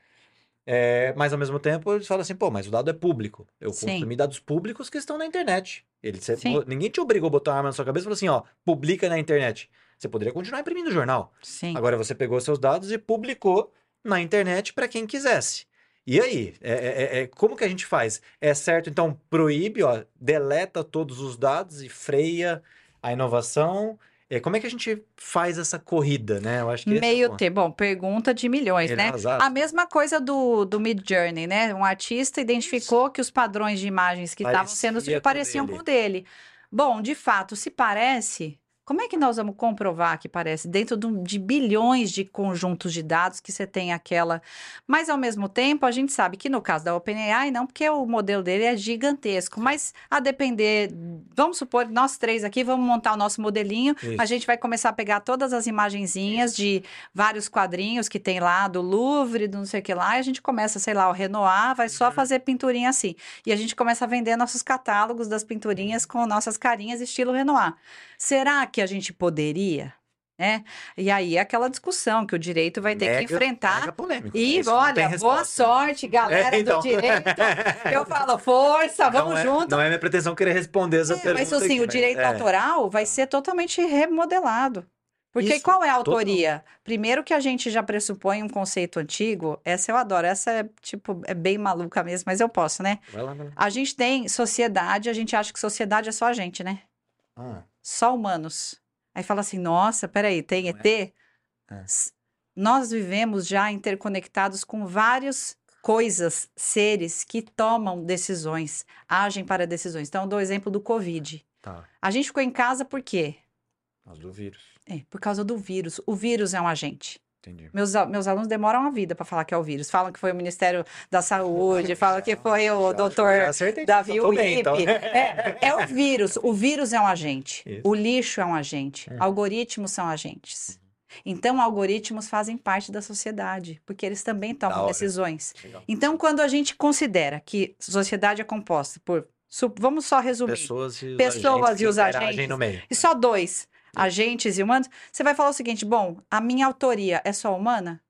É, mas ao mesmo tempo eles falam assim, pô, mas o dado é público. Eu Sim. consumi dados públicos que estão na internet. Ele, cê- Sim. ninguém te obrigou a botar uma arma na sua cabeça e falou assim, ó, publica na internet. Você poderia continuar imprimindo o jornal. Sim. Agora você pegou seus dados e publicou na internet para quem quisesse. E aí, é, é- é- como que a gente faz? É certo, então, proíbe, ó, deleta todos os dados e freia a inovação? É, como é que a gente faz essa corrida, né? Eu acho que esse é o Meio ponto. tempo. Bom, pergunta de milhões, né? Exato. A mesma coisa do, do Mid Journey, né? Um artista identificou que os padrões de imagens que estavam sendo Parecia com pareciam dele. com o dele. Bom, de fato, se parece, como é que nós vamos comprovar que parece? Dentro de, um- de bilhões de conjuntos de dados que você tem aquela. Mas, ao mesmo tempo, a gente sabe que no caso da OpenAI, não, porque o modelo dele é gigantesco. Mas, a depender, vamos supor, nós três aqui vamos montar o nosso modelinho. Isso. A gente vai começar a pegar todas as imagenzinhas de vários quadrinhos que tem lá do Louvre, do não sei o que lá, e a gente começa, sei lá, o Renoir vai só Uhum. fazer pinturinha assim. E a gente começa a vender nossos catálogos das pinturinhas com nossas carinhas estilo Renoir. Será que a gente poderia? Né? E aí é aquela discussão que o direito vai ter que Mega- enfrentar. mega polêmico. E Isso não tem olha, boa resposta. sorte, galera É, então. do direito. Eu falo, força, vamos não é, junto. Não é minha pretensão querer responder essa É, pergunta. mas assim, aqui, o direito é. autoral vai ser totalmente remodelado. Porque Isso, qual é a autoria? Primeiro que a gente já pressupõe um conceito antigo, essa eu adoro, essa é tipo, é bem maluca mesmo, mas eu posso, né? Vai lá, vai lá. A gente tem sociedade, a gente acha que sociedade é só a gente, né? Ah, Só humanos. Aí fala assim, nossa, peraí, tem Não E T? É. S- Nós vivemos já interconectados com várias coisas, seres que tomam decisões, agem para decisões. Então, eu dou o exemplo do Covid. tá. A gente ficou em casa por quê? Nós do vírus. É, por causa do vírus. O vírus é um agente. Entendi. Meus, a- meus alunos demoram a vida para falar que é o vírus. Falam que foi o Ministério da Saúde, falam que foi o Já- doutor já acertei, Davi tô bem, então. Ulipe. É, é o vírus. O vírus é um agente. Isso. O lixo é um agente. Uhum. Algoritmos são agentes. Então, algoritmos fazem parte da sociedade, porque eles também Da tomam hora. decisões. Legal. Então, quando a gente considera que sociedade é composta por... su- Vamos só resumir. Pessoas e os Pessoas agentes e os que interagem agentes. no meio. E só dois, agentes e humanos, você vai falar o seguinte, bom, a minha autoria é só humana?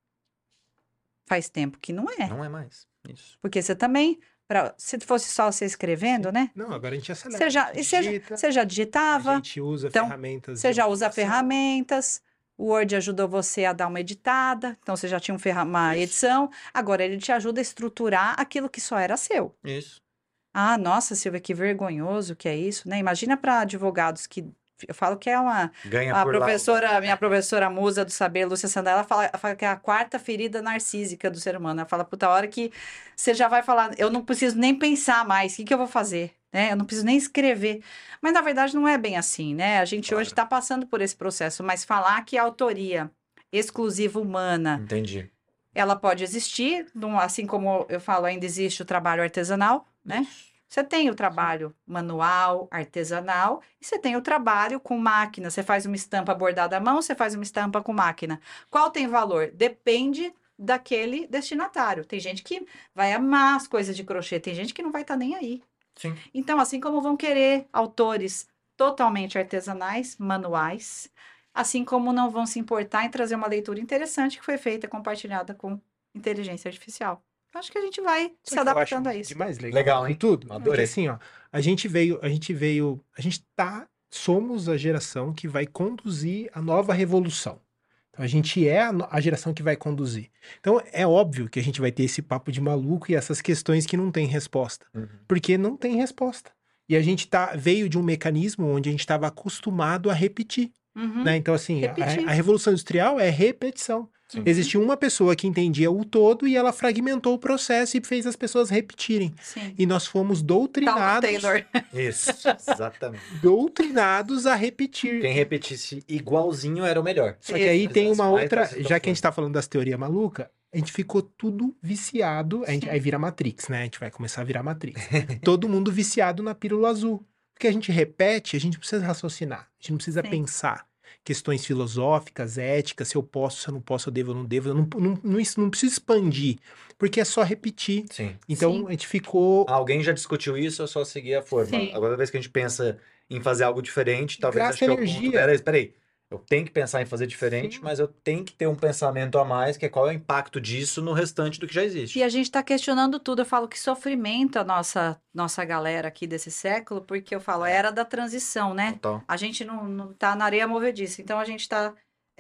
Faz tempo que não é. Não é mais. Isso. Porque você também, pra, se fosse só você escrevendo, né? Não, agora a gente acelera. Você já, a e gente você, já- digita, você já a digitava, gente usa Então, ferramentas. você de já usa automação. ferramentas, o Word ajudou você a dar uma editada, então você já tinha um ferra- uma Isso. edição, agora ele te ajuda a estruturar aquilo que só era seu. Isso. Ah, nossa, Silvia, que vergonhoso que é isso, né? Imagina para advogados que, eu falo que é uma... Ganha A por lá. professora, minha professora musa do saber, Lúcia Sandra, ela fala, ela fala que é a quarta ferida narcísica do ser humano. Ela fala, puta, a hora que você já vai falar, eu não preciso nem pensar mais, o que, que eu vou fazer? Né? Eu não preciso nem escrever. Mas, na verdade, não é bem assim, né? A gente Claro. hoje está passando por esse processo, mas falar que a autoria exclusiva humana, Entendi. ela pode existir, não- assim como eu falo, ainda existe o trabalho artesanal, né? Você tem o trabalho manual, artesanal, e você tem o trabalho com máquina. Você faz uma estampa bordada à mão, você faz uma estampa com máquina. Qual tem valor? Depende daquele destinatário. Tem gente que vai amar as coisas de crochê, tem gente que não vai estar nem aí. Sim. Então, assim como vão querer autores totalmente artesanais, manuais, assim como não vão se importar em trazer uma leitura interessante que foi feita, compartilhada com inteligência artificial. Acho que a gente vai Sabe se o que eu acho adaptando a isso. de mais legal, Legal, com hein? tudo? Adorei. Porque assim, ó, a gente veio, a gente veio, a gente tá, somos a geração que vai conduzir a nova revolução. Então a gente é a, no- a geração que vai conduzir. Então é óbvio que a gente vai ter esse papo de maluco e essas questões que não tem resposta, Uhum. porque não tem resposta. E a gente tá, veio de um mecanismo onde a gente estava acostumado a repetir, Uhum. né? Então assim, a, Repetir. a revolução industrial é repetição. Sim. Existiu uma pessoa que entendia o todo e ela fragmentou o processo e fez as pessoas repetirem. Sim. E nós fomos Tal doutrinados, Taylor. Isso, exatamente. doutrinados a repetir. Quem repetisse igualzinho era o melhor. Só que aí Isso. tem uma Mais outra, parecido já que a com- gente tá falando das teorias malucas, a gente ficou tudo viciado, a gente, Sim. aí vira Matrix, né? A gente vai começar a virar Matrix. Todo mundo viciado na pílula azul. Porque a gente repete, a gente não precisa raciocinar, a gente não precisa Sim. pensar. Questões filosóficas, éticas, se eu posso, se eu não posso, eu devo ou não devo. Eu não, não, não, isso não precisa expandir, porque é só repetir. Sim. Então Sim. a gente ficou. Alguém já discutiu isso, eu só segui a forma. Sim. Agora, toda vez que a gente pensa em fazer algo diferente, talvez Gasta acho que é o ponto. energia. Peraí, peraí. Eu tenho que pensar em fazer diferente, Sim. mas eu tenho que ter um pensamento a mais, que é qual é o impacto disso no restante do que já existe. E a gente está questionando tudo. Eu falo que sofrimento a nossa, nossa galera aqui desse século, porque eu falo, era da transição, né? Total. A gente não, não tá na areia movediça. Então, a gente está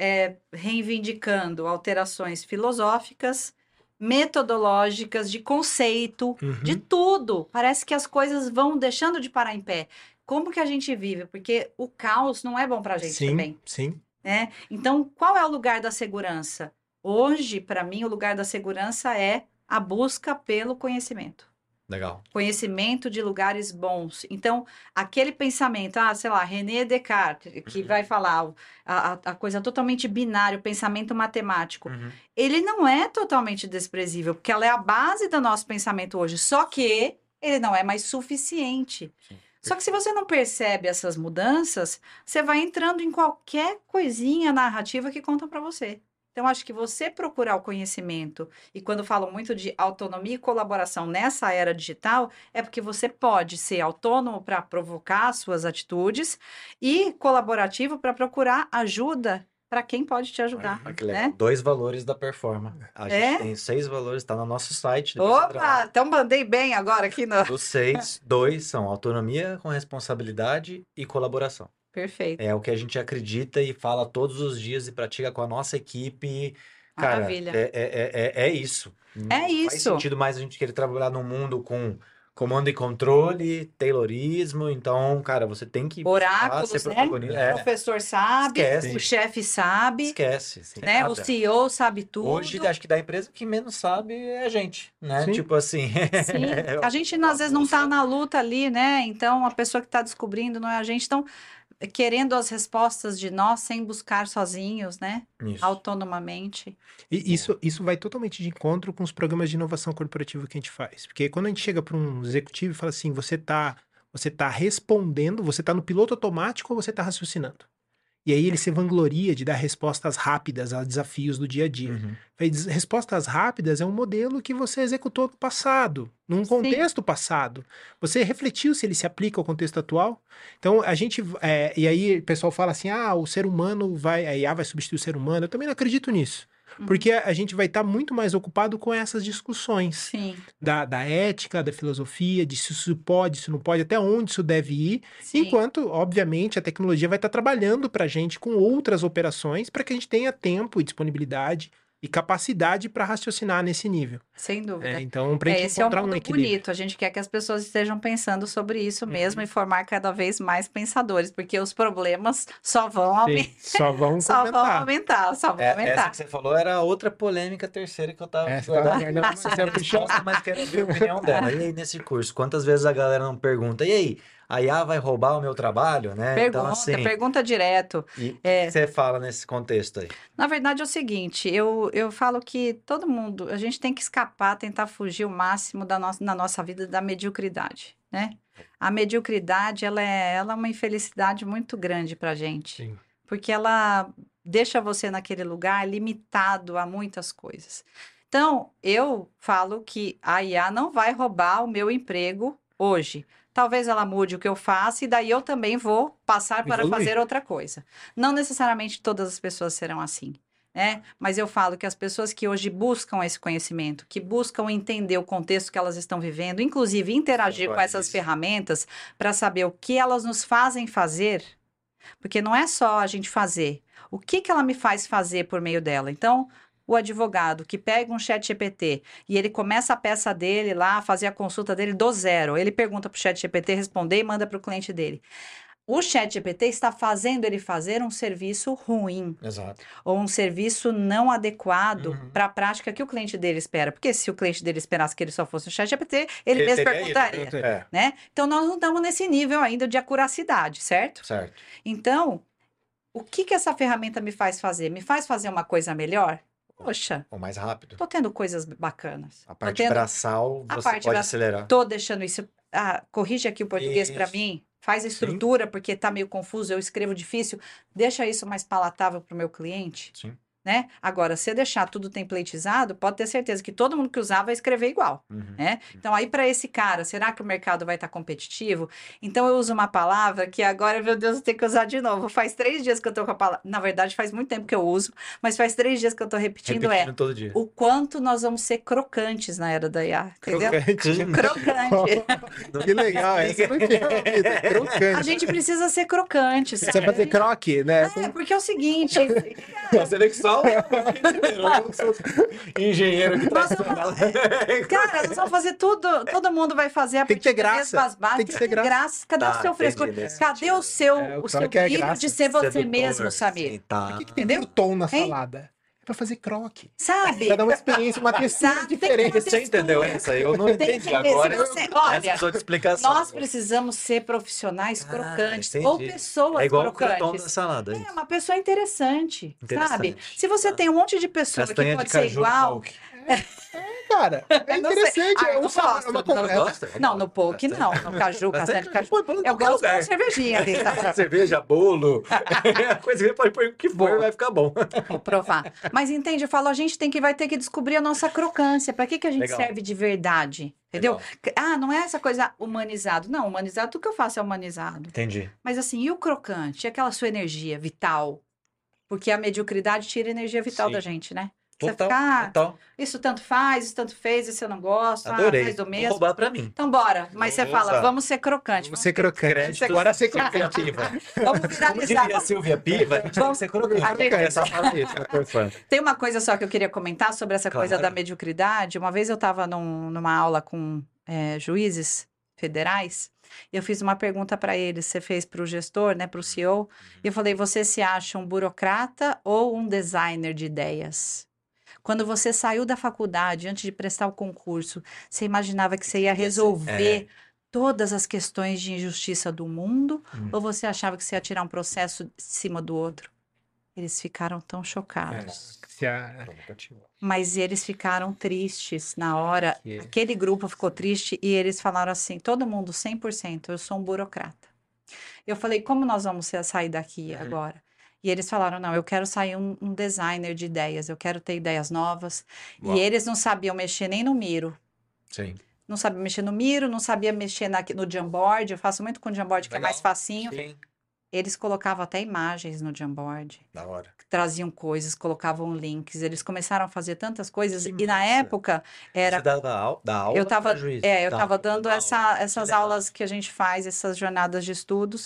reivindicando alterações filosóficas, metodológicas, de conceito, Uhum. de tudo. Parece que as coisas vão deixando de parar em pé. Como que a gente vive? Porque o caos não é bom para a gente Sim, também, sim. né? Então, qual é o lugar da segurança? Hoje, para mim, o lugar da segurança é a busca pelo conhecimento. Legal. Conhecimento de lugares bons. Então, aquele pensamento, ah, sei lá, René Descartes, que Uhum. vai falar o- a, a- a coisa totalmente binária, o pensamento matemático, Uhum. ele não é totalmente desprezível, porque ela é a base do nosso pensamento hoje, só que ele não é mais suficiente. Sim. Só que se você não percebe essas mudanças, você vai entrando em qualquer coisinha narrativa que contam para você. Então, acho que você procurar o conhecimento, e quando falo muito de autonomia e colaboração nessa era digital, é porque você pode ser autônomo para provocar suas atitudes e colaborativo para procurar ajuda para quem pode te ajudar, Olha que legal. né? Dois valores da performance. A É? gente tem seis valores, está no nosso site. depois você entra Opa, lá. então mandei bem agora aqui no... Dos seis, dois são autonomia com responsabilidade e colaboração. Perfeito, É o que a gente acredita e fala todos os dias e pratica com a nossa equipe. Cara, maravilha. é, é, é, é isso. Não faz isso. sentido mais a gente querer trabalhar num mundo com comando e controle, taylorismo. Então, cara, você tem que Oráculos, ser né? protagonista. O É, professor sabe, Esquece. o chefe sabe, esquece. Sem né? O nada. C E O sabe tudo. Hoje, acho que da empresa que menos sabe é a gente, né? Sim. Tipo assim. Sim, é a gente uma às vezes não busca. está na luta ali, né? Então, a pessoa que está descobrindo não é a gente. Então, querendo as respostas de nós sem buscar sozinhos, né? Isso. Autonomamente. E isso, isso vai totalmente de encontro com os programas de inovação corporativa que a gente faz. Porque quando a gente chega para um executivo e fala assim, você está você tá respondendo, você está no piloto automático ou você está raciocinando? E aí ele se vangloria de dar respostas rápidas a desafios do dia a dia. Uhum. Fez- Respostas rápidas é um modelo que você executou no passado, num Sim. contexto passado. Você refletiu se ele se aplica ao contexto atual? Então, a gente... é, e aí o pessoal fala assim, ah, o ser humano vai... A I A vai substituir o ser humano. Eu também não acredito nisso. Uhum. Porque a, a gente vai estar muito mais ocupado com essas discussões Sim, da, da ética, da filosofia, de se isso pode, se não pode, até onde isso deve ir. sim. Enquanto, obviamente, a tecnologia vai estar trabalhando para a gente com outras operações para que a gente tenha tempo e disponibilidade e capacidade para raciocinar nesse nível. Sem dúvida. É, então, para a É, gente esse é um encontrar um mundo equilíbrio. bonito. A gente quer que as pessoas estejam pensando sobre isso mesmo Uhum. e formar cada vez mais pensadores, porque os problemas só vão aumentar. Sim, só vão Só vão comentar. aumentar, só vão É, essa aumentar. que você falou era a outra polêmica terceira que eu tava Essa guardando. tá guardando, você é puxado. Resposta, mas quero ver a opinião dela. E aí, nesse curso, quantas vezes a galera não pergunta, e aí, a I A vai roubar o meu trabalho, né? Pergunta, Então, assim, pergunta direto. e o É. que você fala nesse contexto aí? Na verdade é o seguinte, eu, eu falo que todo mundo, a gente tem que escapar, tentar fugir o máximo da nossa, na nossa vida da mediocridade, né? A mediocridade, ela é, ela é uma infelicidade muito grande pra gente. Sim. Porque ela deixa você naquele lugar limitado a muitas coisas. Então, eu falo que a I A não vai roubar o meu emprego hoje. Talvez ela mude o que eu faço e daí eu também vou passar para Evoluir. fazer outra coisa. Não necessariamente todas as pessoas serão assim, né? Mas eu falo que as pessoas que hoje buscam esse conhecimento, que buscam entender o contexto que elas estão vivendo, inclusive interagir com essas ferramentas para saber o que elas nos fazem fazer, porque não é só a gente fazer. O que que ela me faz fazer por meio dela? Então, o advogado que pega um chat G P T e ele começa a peça dele lá, fazer a consulta dele do zero. Ele pergunta para o chat G P T responder e manda para o cliente dele. O chat G P T está fazendo ele fazer um serviço ruim. Exato. Ou um serviço não adequado Uhum. para a prática que o cliente dele espera. Porque se o cliente dele esperasse que ele só fosse um chat G P T, ele, Ele mesmo teria perguntaria. ido, É, Né? Então, nós não estamos nesse nível ainda de acuracidade, certo? certo. Então, o que que essa ferramenta me faz fazer? Me faz fazer uma coisa melhor? Poxa, Ou mais rápido. tô tendo coisas bacanas. A Tô parte tendo, braçal, a você parte pode bra- acelerar. tô deixando isso. Ah, corrige aqui o português para Isso. mim. Faz a estrutura, porque tá meio confuso, eu escrevo difícil. Deixa isso mais palatável para o meu cliente, Sim. né? Agora, se eu deixar tudo templatizado, pode ter certeza que todo mundo que usar vai escrever igual. Uhum. Né? Então, aí para esse cara, será que o mercado vai estar competitivo? Então, eu uso uma palavra que agora, meu Deus, eu tenho que usar de novo. Faz três dias que eu tô com a palavra. Na verdade, faz muito tempo que eu uso, mas faz três dias que eu tô repetindo, Repetindo é todo dia. o quanto nós vamos ser crocantes na era da I A, entendeu? Crocante. Crocante. Que legal, essa não tinha ouvido. Crocante. A gente precisa ser crocante, Você sabe? vai fazer croque, né? É, porque é o seguinte, Você vê que só o engenheiro que Nós tá vamos- cara, nós vamos fazer tudo, todo mundo vai fazer a Tem que ter partir das graça, mesmas bases, tem que ser graça. Cadê Tá, o seu frescor? entendi nesse Cadê sentido. o seu, É, o o seu croque é brilho graça. de ser você Sedutor. mesmo, Samir? Sim, tá. Por que, que tem Entendeu? tanto tom na Hein? salada? É pra fazer croque. Sabe? Pra dar uma experiência, uma textura Sabe, tem que ter diferente. uma Você entendeu textura. essa? Eu não Tem que entendi entender, agora. se você- eu- olha, essa precisou de explicação. Nós precisamos ser profissionais Ah, crocantes entendi. ou pessoas É igual o croton da crocantes. salada. É uma pessoa interessante, Interessante. sabe? Se você Tá. tem um monte de pessoa que Castanha pode de ser caju igual, poke. Cara, é Eu não sei. interessante. Ah, é eu um não sabor, gosto, é uma não conversa. Gosta? não, no poke não, no caju, castanha de caju. Põe- põe em Eu qualquer gosto com lugar. cervejinha ali, tá? Cerveja, bolo, a coisa que pode pôr o que for, Boa. vai ficar bom. Vou provar. Mas entende, eu falo, a gente tem que vai ter que descobrir a nossa crocância. Para que que a gente Legal. serve de verdade? Entendeu? Legal. Ah, não é essa coisa humanizado. Não, humanizado, tudo que eu faço é humanizado. Entendi. Mas assim, e o crocante? E aquela sua energia vital? Porque a mediocridade tira a energia vital Sim. da gente, né? Você Total, fica, ah, total. isso tanto faz, isso tanto fez, isso eu não gosto, ah, Adorei. faz do Vou mesmo. roubar pra mim. Então bora. Mas Vou você fala, usar. vamos ser crocante. Vamos ser crocante. Crédito. Agora ser Silvia crocante. Piva. Vamos Como finalizar. diria a Silvia Piva, a gente tem que ser crocante. A gente- É só falar isso, eu tô fã. Tem uma coisa só que eu queria comentar sobre essa coisa Claro. da mediocridade. Uma vez eu estava numa aula com é, juízes federais e eu fiz uma pergunta para eles. Você fez para o gestor, né, para o C E O. E eu falei: você se acha um burocrata ou um designer de ideias? Quando você saiu da faculdade, antes de prestar o concurso, você imaginava que você ia resolver todas as questões de injustiça do mundo? Hum. Ou você achava que você ia tirar um processo de cima do outro? Eles ficaram tão chocados. Se a- Mas eles ficaram tristes na hora. Que- Aquele grupo ficou triste e eles falaram assim: todo mundo cem por cento, eu sou um burocrata. Eu falei: como nós vamos ser- sair daqui agora? E eles falaram: não, eu quero sair um, um designer de ideias, eu quero ter ideias novas. Uau. E eles não sabiam mexer nem no Miro. Sim. Não sabia mexer no Miro, não sabia mexer na, no Jamboard. Eu faço muito com o Jamboard, que é Legal. mais facinho. Sim. Eles colocavam até imagens no Jamboard. Da hora. Traziam coisas, colocavam links, eles começaram a fazer tantas coisas, Que e na massa. época era. Você dava au- dá aula Eu tava, pra juiz? é, eu Dá tava aula, dando dá essa, aula. essas legal. aulas que a gente faz, essas jornadas de estudos,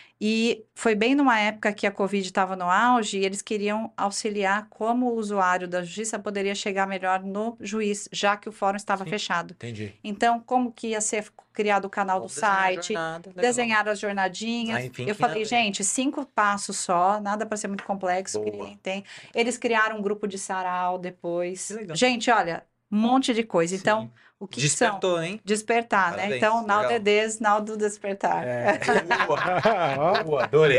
e foi bem numa época que a Covid estava no auge, e eles queriam auxiliar como o usuário da justiça poderia chegar melhor no juiz, já que o fórum estava Sim. fechado. Entendi. Então, como que ia ser criado o canal do Vamos desenhar a site, jornada, legal. desenhar as jornadinhas. Ah, enfim, eu que falei, nada. gente, cinco passos só, nada para ser muito complexo, que Boa. ninguém tem. Eles criaram um grupo de sarau depois. Que legal. Gente, olha, um monte de coisa. Sim. Então, o que, que são? Despertou, hein? Despertar, né? Parabéns, Então, now legal. the days, now do despertar. É. Boa, boa, adorei.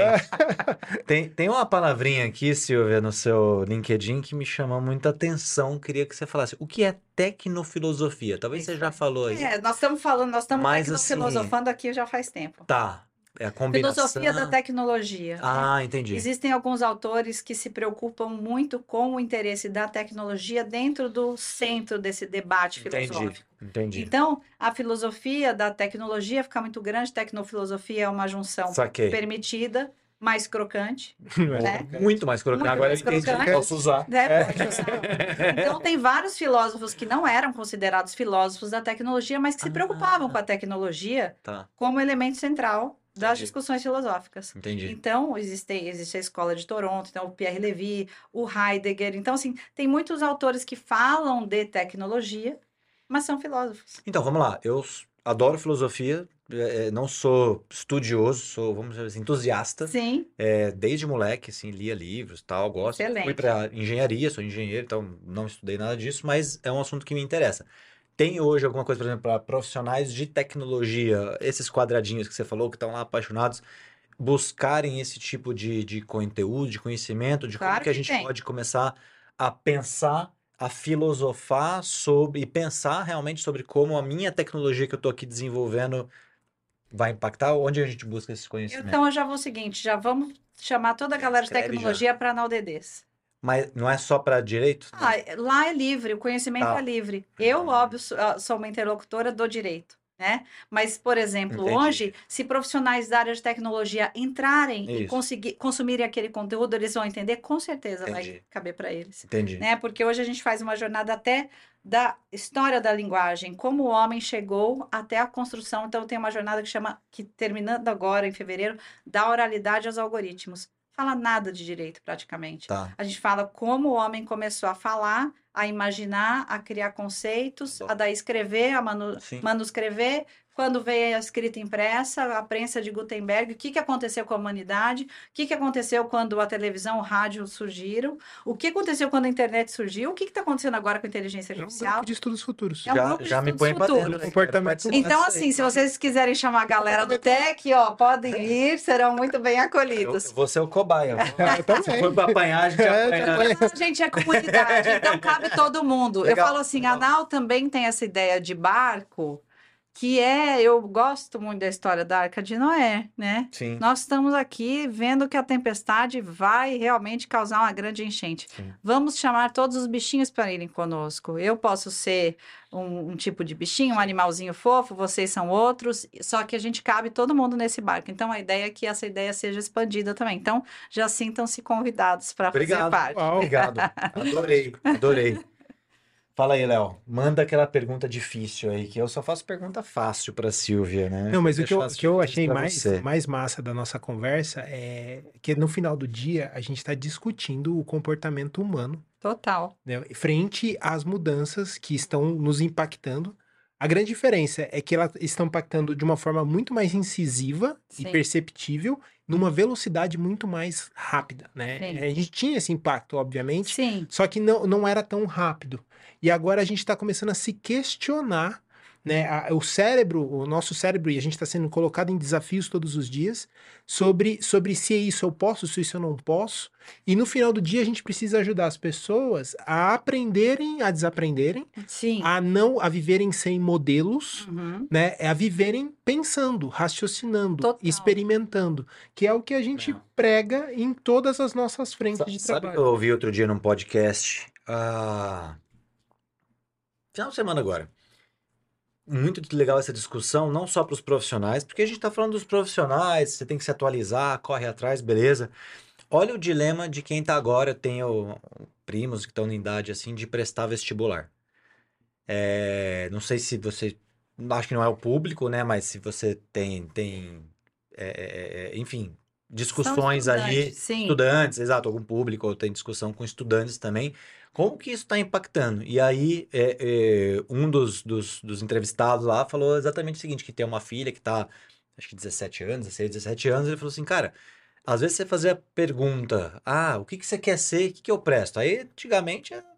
Tem, tem uma palavrinha aqui, Silvia, no seu LinkedIn que me chamou muita atenção. Queria que você falasse. O que é tecnofilosofia? Talvez você já falou aí. É, nós estamos falando, nós estamos Mas, assim, filosofando aqui já faz tempo. Tá. É a combinação. Filosofia da tecnologia. né? Ah, entendi. Existem alguns autores que se preocupam muito com o interesse da tecnologia dentro do centro desse debate Entendi, filosófico. entendi. Então, a filosofia da tecnologia fica muito grande. Tecnofilosofia é uma junção Saquei. permitida, mais crocante, né? Muito mais crocante. Muito Agora mais eu entendi. crocante. Posso usar. Né? Pode usar. Então, tem vários filósofos que não eram considerados filósofos da tecnologia, mas que se Ah. preocupavam com a tecnologia Tá, como elemento central das Entendi. discussões filosóficas. entendi. Então, existe, existe a escola de Toronto, então o Pierre Levy, o Heidegger. Então, assim, tem muitos autores que falam de tecnologia, mas são filósofos. Então, vamos lá. Eu s- adoro filosofia, é, é, não sou estudioso, sou, vamos dizer assim, entusiasta. Sim, É, desde moleque, assim, lia livros e tal, gosto. Excelente. Fui para engenharia, sou engenheiro, então não estudei nada disso, mas é um assunto que me interessa. Tem hoje alguma coisa, por exemplo, para profissionais de tecnologia, esses quadradinhos que você falou, que estão lá apaixonados, buscarem esse tipo de, de conteúdo, de conhecimento, de como Claro que a que gente tem. pode começar a pensar, a filosofar sobre, e pensar realmente sobre como a minha tecnologia que eu estou aqui desenvolvendo vai impactar, onde a gente busca esse conhecimento. Então eu já vou o seguinte, já vamos chamar toda a galera de Escreve tecnologia para N A U D Ds. Mas não é só para direito? Ah, lá é livre, o conhecimento Tá. é livre. Eu, óbvio, sou, ah, sou uma interlocutora do direito, né? Mas, por exemplo, Entendi. hoje, se profissionais da área de tecnologia entrarem e Isso. conseguir, consumirem aquele conteúdo, eles vão entender, com certeza vai Entendi. caber para eles. Entendi. Né? Porque hoje a gente faz uma jornada até da história da linguagem, como o homem chegou até a construção. Então, tem uma jornada que chama, que terminando agora, em fevereiro, da oralidade aos algoritmos. Fala nada de direito, praticamente. Tá. A gente fala como o homem começou a falar, a imaginar, a criar conceitos, Bom. a daí escrever, a manu Sim. manuscrever. Quando veio a escrita impressa, a prensa de Gutenberg, o que, que aconteceu com a humanidade, o que, que aconteceu quando a televisão, o rádio surgiram, o que aconteceu quando a internet surgiu, o que está acontecendo agora com a inteligência É um artificial. grupo de estudos futuros. É um já grupo de já me estudos põe para futuros. dentro. né? Comportamento Quero participar Então, disso aí. assim, se vocês quiserem chamar a galera do Tech, ó, podem ir, serão muito bem Eu, acolhidos. eu vou ser o cobaia. Eu também. Se for para apanhar, a gente É, apanha. também. A gente é comunidade, então cabe todo mundo. Legal, Eu falo assim, legal. a Nau também tem essa ideia de barco, que é, eu gosto muito da história da Arca de Noé, né? Sim. Nós estamos aqui vendo que a tempestade vai realmente causar uma grande enchente. Sim. Vamos chamar todos os bichinhos para irem conosco. Eu posso ser um, um tipo de bichinho, um animalzinho fofo, vocês são outros, só que a gente cabe todo mundo nesse barco. Então a ideia é que essa ideia seja expandida também. Então já sintam-se convidados para fazer Obrigado. parte. Uau. Obrigado. Adorei, adorei. Fala aí, Léo. Manda aquela pergunta difícil aí, que eu só faço pergunta fácil para Silvia, né? Não, mas o Deixa que eu, as o que eu difíceis achei pra mais, você. mais massa da nossa conversa é que no final do dia a gente está discutindo o comportamento humano, Total. né, frente às mudanças que estão nos impactando. A grande diferença é que elas estão impactando de uma forma muito mais incisiva Sim. e perceptível, numa velocidade muito mais rápida, né? Sim. A gente tinha esse impacto, obviamente, Sim. só que não, não era tão rápido. E agora a gente está começando a se questionar, né? A- o cérebro, o nosso cérebro, e a gente está sendo colocado em desafios todos os dias sobre, sobre se isso eu posso, se isso eu não posso. E no final do dia a gente precisa ajudar as pessoas a aprenderem, a desaprenderem, Sim. a não, a viverem sem modelos, Uhum. né? A viverem pensando, raciocinando, Total. experimentando, que é o que a gente É. prega em todas as nossas frentes Sa- de Sabe que eu trabalho. ouvi outro dia num podcast? Ah, final de semana agora. Muito legal essa discussão, não só para os profissionais, porque a gente está falando dos profissionais, você tem que se atualizar, corre atrás, beleza. Olha o dilema de quem está agora, eu tenho primos que estão em idade assim, de prestar vestibular. É, não sei se você, acho que não é o público, né? Mas se você tem, tem é, é, é, enfim, discussões São ali, estudantes, sim. estudantes, exato, algum público, ou tem discussão com estudantes também. Como que isso está impactando? E aí, é, é, um dos, dos, dos entrevistados lá falou exatamente o seguinte, que tem uma filha que está, acho que dezessete anos, dezesseis, dezessete anos, ele falou assim, cara, às vezes você fazia a pergunta, ah, o que que você quer ser, o que que eu presto? Aí, antigamente, a-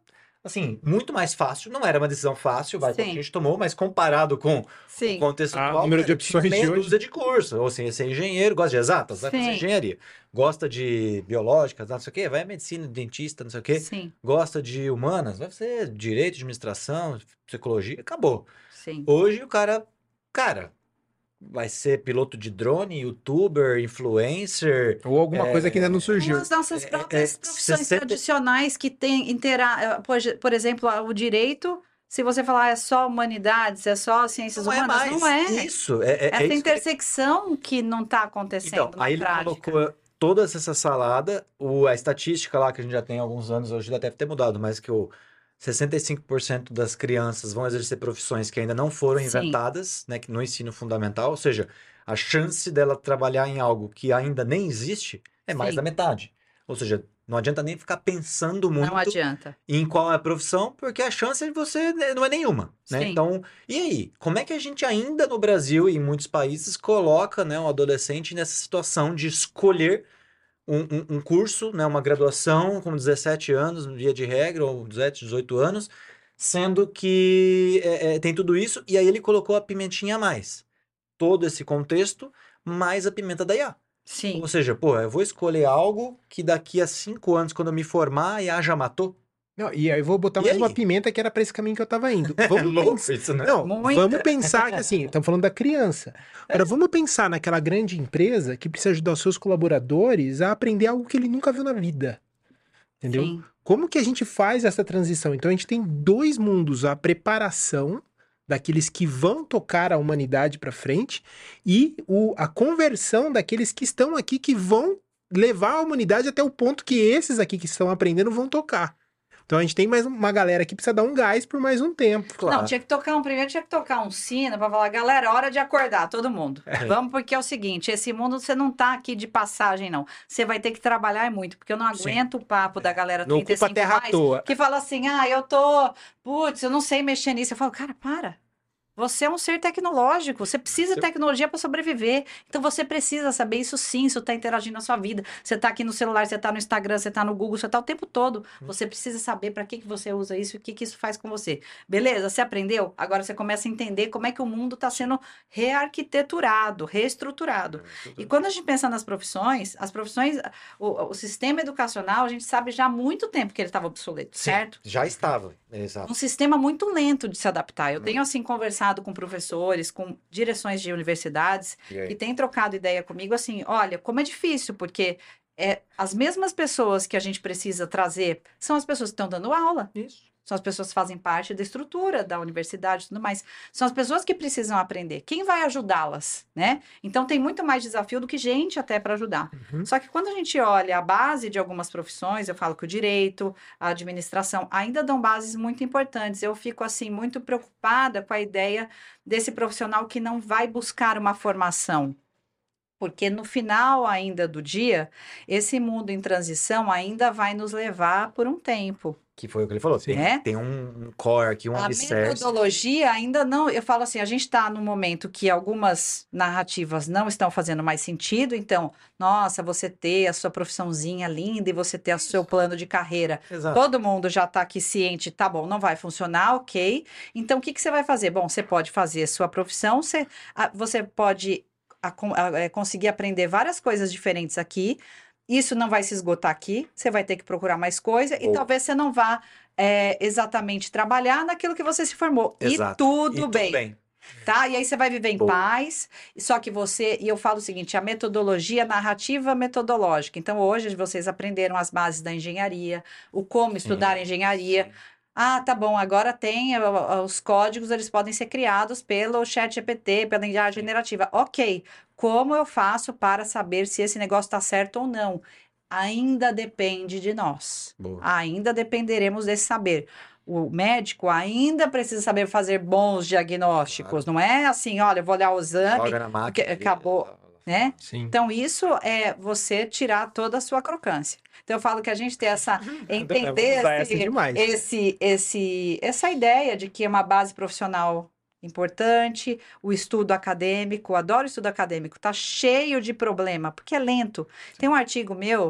assim, muito mais fácil. Não era uma decisão fácil, vai, que a Sim. gente tomou, mas comparado com o Sim. contexto Ah, atual, o número de cara, opções tinha meia de hoje. dúzia de curso. Ou seja, ser engenheiro, gosta de exatas, vai fazer Sim. engenharia. Gosta de biológicas, não sei o quê, vai medicina, dentista, não sei o quê. Sim, Gosta de humanas, vai fazer direito, administração, psicologia, acabou. sim. Hoje o cara, cara, vai ser piloto de drone, youtuber, influencer. Ou alguma é, coisa que ainda não surgiu. As nossas é, próprias é, profissões sessenta tradicionais que têm intera... por, por exemplo, o direito, se você falar é só humanidades, é só ciências Não é humanas, mais. não é. Isso, é, é, é Essa isso que ele... intersecção que não está acontecendo Então, na aí ele prática. colocou toda essa salada, o, a estatística lá que a gente já tem há alguns anos, hoje já deve ter mudado, mas que o sessenta e cinco por cento das crianças vão exercer profissões que ainda não foram Sim. inventadas, né, que no ensino fundamental, ou seja, a chance dela trabalhar em algo que ainda nem existe é mais Sim. da metade. Ou seja, não adianta nem ficar pensando muito Não adianta. em qual é a profissão, porque a chance de você né, não é nenhuma, né? Sim. Então, e aí? Como é que a gente ainda no Brasil e em muitos países coloca, né, um adolescente nessa situação de escolher um, um, um curso, né, uma graduação com dezessete anos, via de regra, ou dezessete, dezoito anos, sendo que é, é, tem tudo isso, e aí ele colocou a pimentinha a mais. Todo esse contexto, mais a pimenta da I A. Sim. Ou seja, pô, eu vou escolher algo que daqui a cinco anos, quando eu me formar, a I A já matou? Não, e aí eu vou botar E mais uma aí? pimenta que era pra esse caminho que eu tava indo. É Vamos louco pensar. isso, né? Não, Muito. vamos pensar que assim, estamos falando da criança. Agora vamos pensar naquela grande empresa que precisa ajudar os seus colaboradores a aprender algo que ele nunca viu na vida. Entendeu? Sim. Como que a gente faz essa transição? Então a gente tem dois mundos, a preparação daqueles que vão tocar a humanidade para frente e o, a conversão daqueles que estão aqui que vão levar a humanidade até o ponto que esses aqui que estão aprendendo vão tocar. Então a gente tem mais uma galera que precisa dar um gás por mais um tempo. Claro. Não, tinha que tocar um primeiro, tinha que tocar um sino para falar, galera, hora de acordar, todo mundo. Vamos, porque é o seguinte, esse mundo você não tá aqui de passagem, não. Você vai ter que trabalhar muito, porque eu não Sim. aguento o papo da galera Não trinta e ocupa cinco terra à mais, toa. que fala assim, ah, eu tô, putz, eu não sei mexer nisso. Eu falo, cara, para. Você é um ser tecnológico, você precisa de tecnologia para sobreviver. Então você precisa saber isso sim, isso está interagindo na sua vida. Você está aqui no celular, você está no Instagram, você está no Google, você está o tempo todo. Você precisa saber para que, que você usa isso e o que, que isso faz com você. Beleza? Você aprendeu? Agora você começa a entender como é que o mundo está sendo rearquiteturado, reestruturado. E quando a gente pensa nas profissões, as profissões, o, o sistema educacional, a gente sabe já há muito tempo que ele estava obsoleto, Sim, certo? já estava, exato. Um sistema muito lento de se adaptar. Eu tenho, assim, conversado com professores, com direções de universidades, E aí? que têm trocado ideia comigo, assim, olha, como é difícil, porque é, as mesmas pessoas que a gente precisa trazer são as pessoas que estão dando aula. Isso. São as pessoas que fazem parte da estrutura da universidade e tudo mais. São as pessoas que precisam aprender. Quem vai ajudá-las, né? Então, tem muito mais desafio do que gente até para ajudar. Uhum. Só que quando a gente olha a base de algumas profissões, eu falo que o direito, a administração, ainda dão bases muito importantes. Eu fico, assim, muito preocupada com a ideia desse profissional que não vai buscar uma formação. Porque no final ainda do dia, esse mundo em transição ainda vai nos levar por um tempo. Que foi o que ele falou. Tem, É? tem um, um core aqui, um A alicerce. metodologia ainda não. Eu falo assim, a gente está num momento que algumas narrativas não estão fazendo mais sentido. Então, nossa, você ter a sua profissãozinha linda e você ter o seu plano de carreira. Exato. Todo mundo já está aqui ciente, tá bom, não vai funcionar, ok. Então, o que, que você vai fazer? Bom, você pode fazer a sua profissão, você, a- você pode a- con- a- é, conseguir aprender várias coisas diferentes aqui. Isso não vai se esgotar aqui, você vai ter que procurar mais coisa e Ou- talvez você não vá é, exatamente trabalhar naquilo que você se formou. Exato. E tudo, E bem, tá? E aí você vai viver em Boa. paz, só que você, e eu falo o seguinte, a metodologia narrativa metodológica. Então, hoje vocês aprenderam as bases da engenharia, o como Sim, estudar engenharia. sim. Ah, tá bom, agora tem ah, ah, os códigos, eles podem ser criados pelo chat G P T, pela inteligência generativa. Ok, como eu faço para saber se esse negócio está certo ou não? Ainda depende de nós. Boa. Ainda dependeremos desse saber. O médico ainda precisa saber fazer bons diagnósticos. Não é assim, olha, eu vou olhar o exame, Joga na máquina. ali, acabou. né? Sim. Então, isso é você tirar toda a sua crocância. Então, eu falo que a gente tem essa... Entender Vamos usar essa esse, demais. esse, esse, essa ideia de que é uma base profissional importante, o estudo acadêmico, adoro estudo acadêmico, tá cheio de problema, porque é lento. Tem um artigo meu,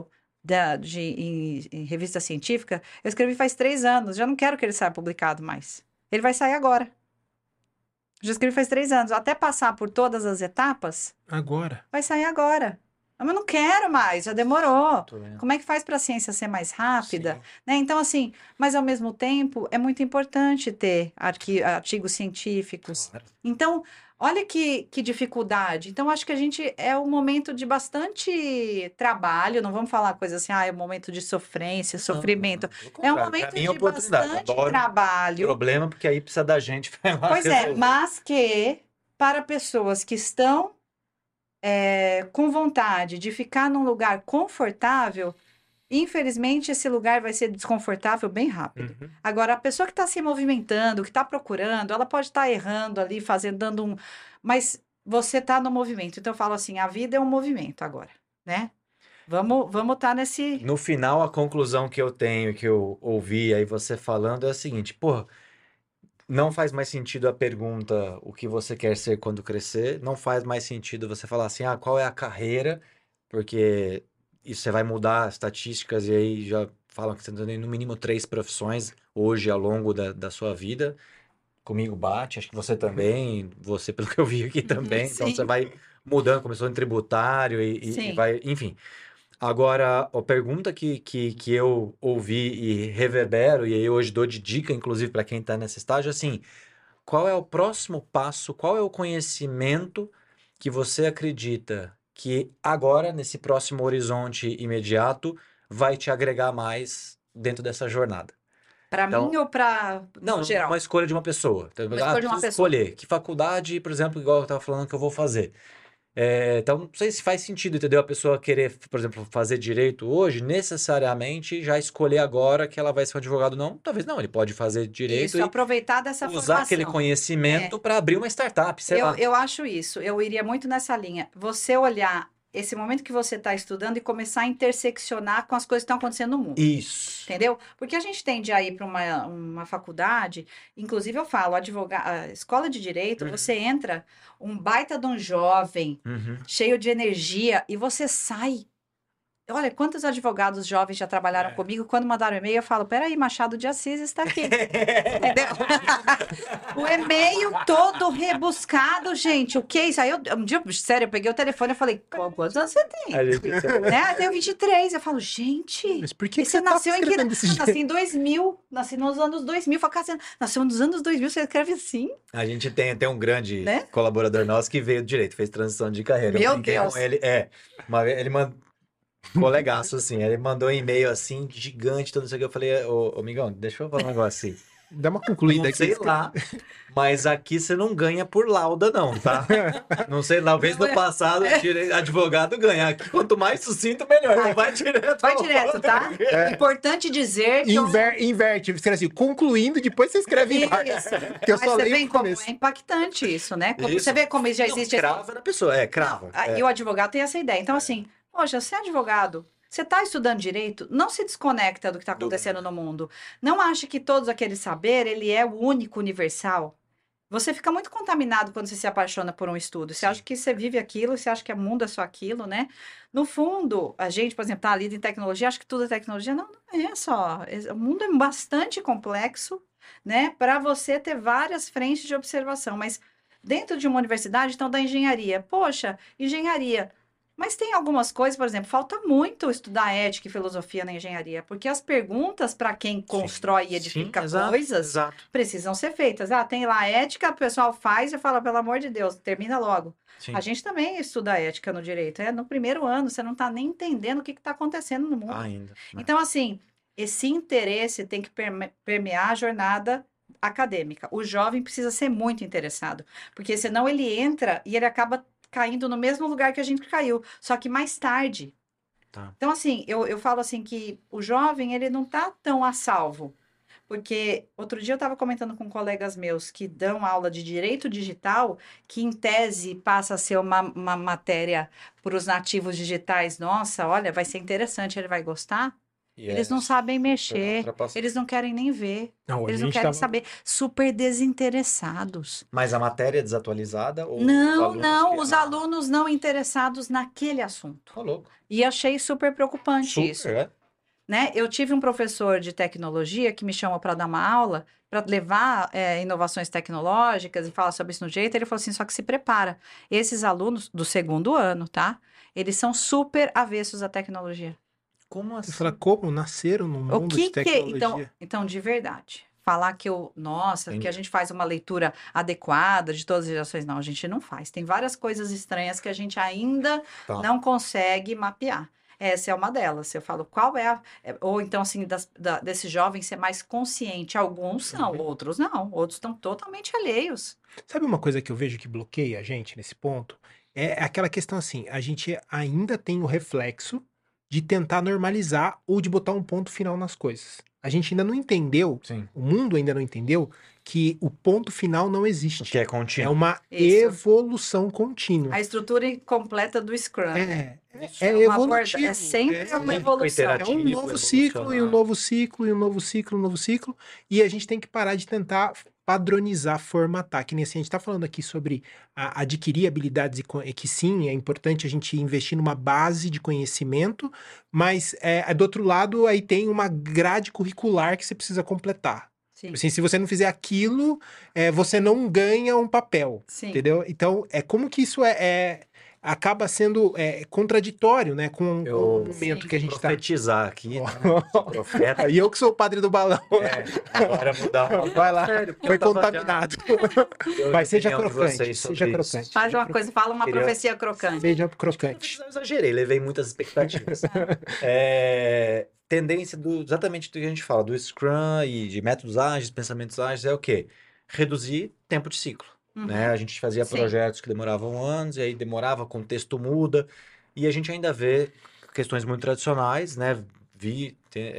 da, de, em, em revista científica, eu escrevi faz três anos, já não quero que ele saia publicado mais. Ele vai sair agora. Já escrevi faz três anos, até passar por todas as etapas, Agora. vai sair agora. Mas eu não quero mais, já demorou. Tô vendo. Como é que faz para a ciência ser mais rápida? Sim. Né? Então, assim, mas ao mesmo tempo, é muito importante ter arqui- artigos científicos. Claro. Então, olha que, que dificuldade. Então, acho que a gente é um momento de bastante trabalho, não vamos falar coisa assim, ah, é um momento de sofrência, sofrimento. Não, não, pelo É um contrário, pra momento mim é de oportunidade. bastante Adoro trabalho. problema, porque aí precisa da gente vai lá Pois é, resolver. mas que para pessoas que estão é, com vontade de ficar num lugar confortável, infelizmente esse lugar vai ser desconfortável bem rápido. Uhum. Agora, a pessoa que está se movimentando, que está procurando, ela pode estar errando ali, fazendo, dando um. Mas você está no movimento. Então, eu falo assim: a vida é um movimento agora, né? Vamos vamos estar nesse. No final, a conclusão que eu tenho, que eu ouvi aí você falando é a seguinte, pô, não faz mais sentido a pergunta o que você quer ser quando crescer, não faz mais sentido você falar assim, ah, qual é a carreira, porque isso você vai mudar as estatísticas e aí já falam que você tem no mínimo três profissões hoje ao longo da, da sua vida. Comigo bate, acho que você também, você pelo que eu vi aqui também, então Sim. você vai mudando, começou em tributário e, e- e Sim. vai, enfim. Agora, a pergunta que, que, que eu ouvi e reverbero, e aí hoje dou de dica, inclusive, para quem está nesse estágio, assim, qual é o próximo passo, qual é o conhecimento que você acredita que agora, nesse próximo horizonte imediato, vai te agregar mais dentro dessa jornada? Para Então, mim ou para Não, no geral? uma escolha de uma pessoa. Então, Uma ah, escolha de uma preciso pessoa. escolher que faculdade, por exemplo, igual eu estava falando que eu vou fazer. É, então, não sei se faz sentido, entendeu? A pessoa querer, por exemplo, fazer direito hoje, necessariamente já escolher agora que ela vai ser um advogado. Não, talvez não. Ele pode fazer direito Isso, e aproveitar dessa usar aquele formação. conhecimento para abrir uma startup, sei Eu, lá. eu acho isso, eu iria muito nessa linha. Você olhar esse momento que você está estudando e começar a interseccionar com as coisas que estão acontecendo no mundo. Isso. Entendeu? Porque a gente tende a ir para uma, uma faculdade, inclusive eu falo, advoga a escola de direito, Uhum. você entra um baita de um jovem, Uhum. cheio de energia, e você sai. Olha, quantos advogados jovens já trabalharam É. comigo, quando mandaram e-mail, eu falo, peraí, Machado de Assis está aqui. Entendeu? O e-mail todo rebuscado, gente. O que é isso? Aí eu, um dia, sério, eu peguei o telefone e falei, "Qu- quantos anos você tem? A gente- Né? Eu tenho vinte e três. Eu falo, gente, Mas por que, e que você você tá nasceu em que? escrevendo desse Eu jeito? nasci em dois mil, nasci nos anos dois mil. Eu falo, cara, você nasceu nos anos dois mil, você escreve assim? A gente tem, tem um grande Né? colaborador nosso que veio do direito, fez transição de carreira. Eu Meu brinquei Deus. com ele, é, uma vez ele mandou, colegaço assim, ele mandou um e-mail assim, gigante, todo isso aqui. Eu falei, ô, ô amigão, deixa eu falar um negócio assim. Dá uma concluída Não aqui. sei lá, mas aqui você não ganha por lauda não, tá? Não sei, talvez no passado dire- advogado ganha. Aqui, quanto mais sucinto, melhor. Não vai direto. Vai ao direto, ponto. tá? Importante dizer que eu... Inver, inverte, escreve assim, concluindo, depois você escreve embaixo. Isso. Que eu Mas só você leio vê no como começo. é impactante isso, né? Como, Isso. Você vê como já Não, existe... esse- crava na pessoa, é, crava. Ah, é. E o advogado tem essa ideia. Então, assim, poxa, você é advogado, você está estudando direito, não se desconecta do que está acontecendo no mundo. Não acha que todos aquele saber, ele é o único, universal. Você fica muito contaminado quando você se apaixona por um estudo. Você Sim. acha que você vive aquilo, você acha que o mundo é só aquilo, né? No fundo, a gente, por exemplo, tá ali em tecnologia, acha que tudo é tecnologia. Não, não é só. O mundo é bastante complexo, né? Para você ter várias frentes de observação. Mas dentro de uma universidade, então, da engenharia. Poxa, engenharia. Mas tem algumas coisas, por exemplo, falta muito estudar ética e filosofia na engenharia, porque as perguntas para quem constrói e edifica Sim, exato, coisas exato. precisam ser feitas. Ah, tem lá a ética, o pessoal faz e fala, pelo amor de Deus, termina logo. Sim. A gente também estuda ética no direito. É no primeiro ano, você não está nem entendendo o que está acontecendo no mundo. Ainda. né? Então, assim, esse interesse tem que perme- permear a jornada acadêmica. O jovem precisa ser muito interessado, porque senão ele entra e ele acaba caindo no mesmo lugar que a gente caiu, só que mais tarde. Tá. Então, assim, eu, eu falo assim que o jovem, ele não tá tão a salvo, porque outro dia eu estava comentando com colegas meus que dão aula de direito digital, que em tese passa a ser uma, uma matéria para os nativos digitais. Nossa, olha, vai ser interessante, ele vai gostar. E Eles é não sabem super mexer, ultrapassado. eles não querem nem ver, Não, a eles não gente querem tava... saber. Super desinteressados. Mas a matéria é desatualizada ou os Não, alunos não, que... os Ah, alunos não interessados naquele assunto. tá louco. E achei super preocupante isso. Super, é? Né? Eu tive um professor de tecnologia que me chamou para dar uma aula, para levar é, inovações tecnológicas e falar sobre isso no jeito. Ele falou assim: só que se prepara. Esses alunos do segundo ano, tá? Eles são super avessos à tecnologia. Como Você assim? fala, como nasceram no O mundo que de que. tecnologia? Então, então, de verdade. Falar que eu, nossa, que a Entendi. gente faz uma leitura adequada de todas as gerações, não, a gente não faz. Tem várias coisas estranhas que a gente ainda Tá. não consegue mapear. Essa é uma delas. Eu falo, qual é a. é- Ou então, assim, das, da, desse jovem ser mais consciente. Alguns são, Uhum. outros não. Outros estão totalmente alheios. Sabe uma coisa que eu vejo que bloqueia a gente nesse ponto? É aquela questão assim, a gente ainda tem o reflexo de tentar normalizar ou de botar um ponto final nas coisas. A gente ainda não entendeu, Sim. o mundo ainda não entendeu que o ponto final não O existe. que é É contínuo. uma Isso. evolução contínua. A estrutura completa do Scrum. É, é, Isso é É uma aborda- evolutivo. é sempre é- uma é- evolução. É um Iterativo, novo ciclo e um evolucionar. novo ciclo e um novo ciclo, um novo ciclo. E a gente tem que parar de tentar padronizar, formatar. Que nem assim, a gente está falando aqui sobre a- adquirir habilidades e co- e que sim, é importante a gente investir numa base de conhecimento, mas é, do outro lado aí tem uma grade curricular que você precisa completar. Sim, Assim, se você não fizer aquilo, é, você não ganha um papel. sim. Entendeu? Então, é como que isso é, é- acaba sendo é, contraditório, né, com, com Eu- o momento Sim. que a gente está. Profetizar aqui, né? Sou profeta. E eu que sou o padre do balão. É, agora mudar. Vai lá, Sério, porque foi eu tava já- contaminado. eu Mas seja opinião de crocante, vocês sobre seja isso. crocante. Faz seja uma cro- coisa, fala uma Queria- profecia crocante. Seja crocante. Eu exagerei, levei muitas expectativas. É, tendência do exatamente do que a gente fala, do Scrum e de métodos ágeis, pensamentos ágeis, é o quê? Reduzir tempo de ciclo. Uhum. Né? A gente fazia Sim. projetos que demoravam anos, e aí demorava, o contexto muda, e a gente ainda vê questões muito tradicionais, né? Vi te- é,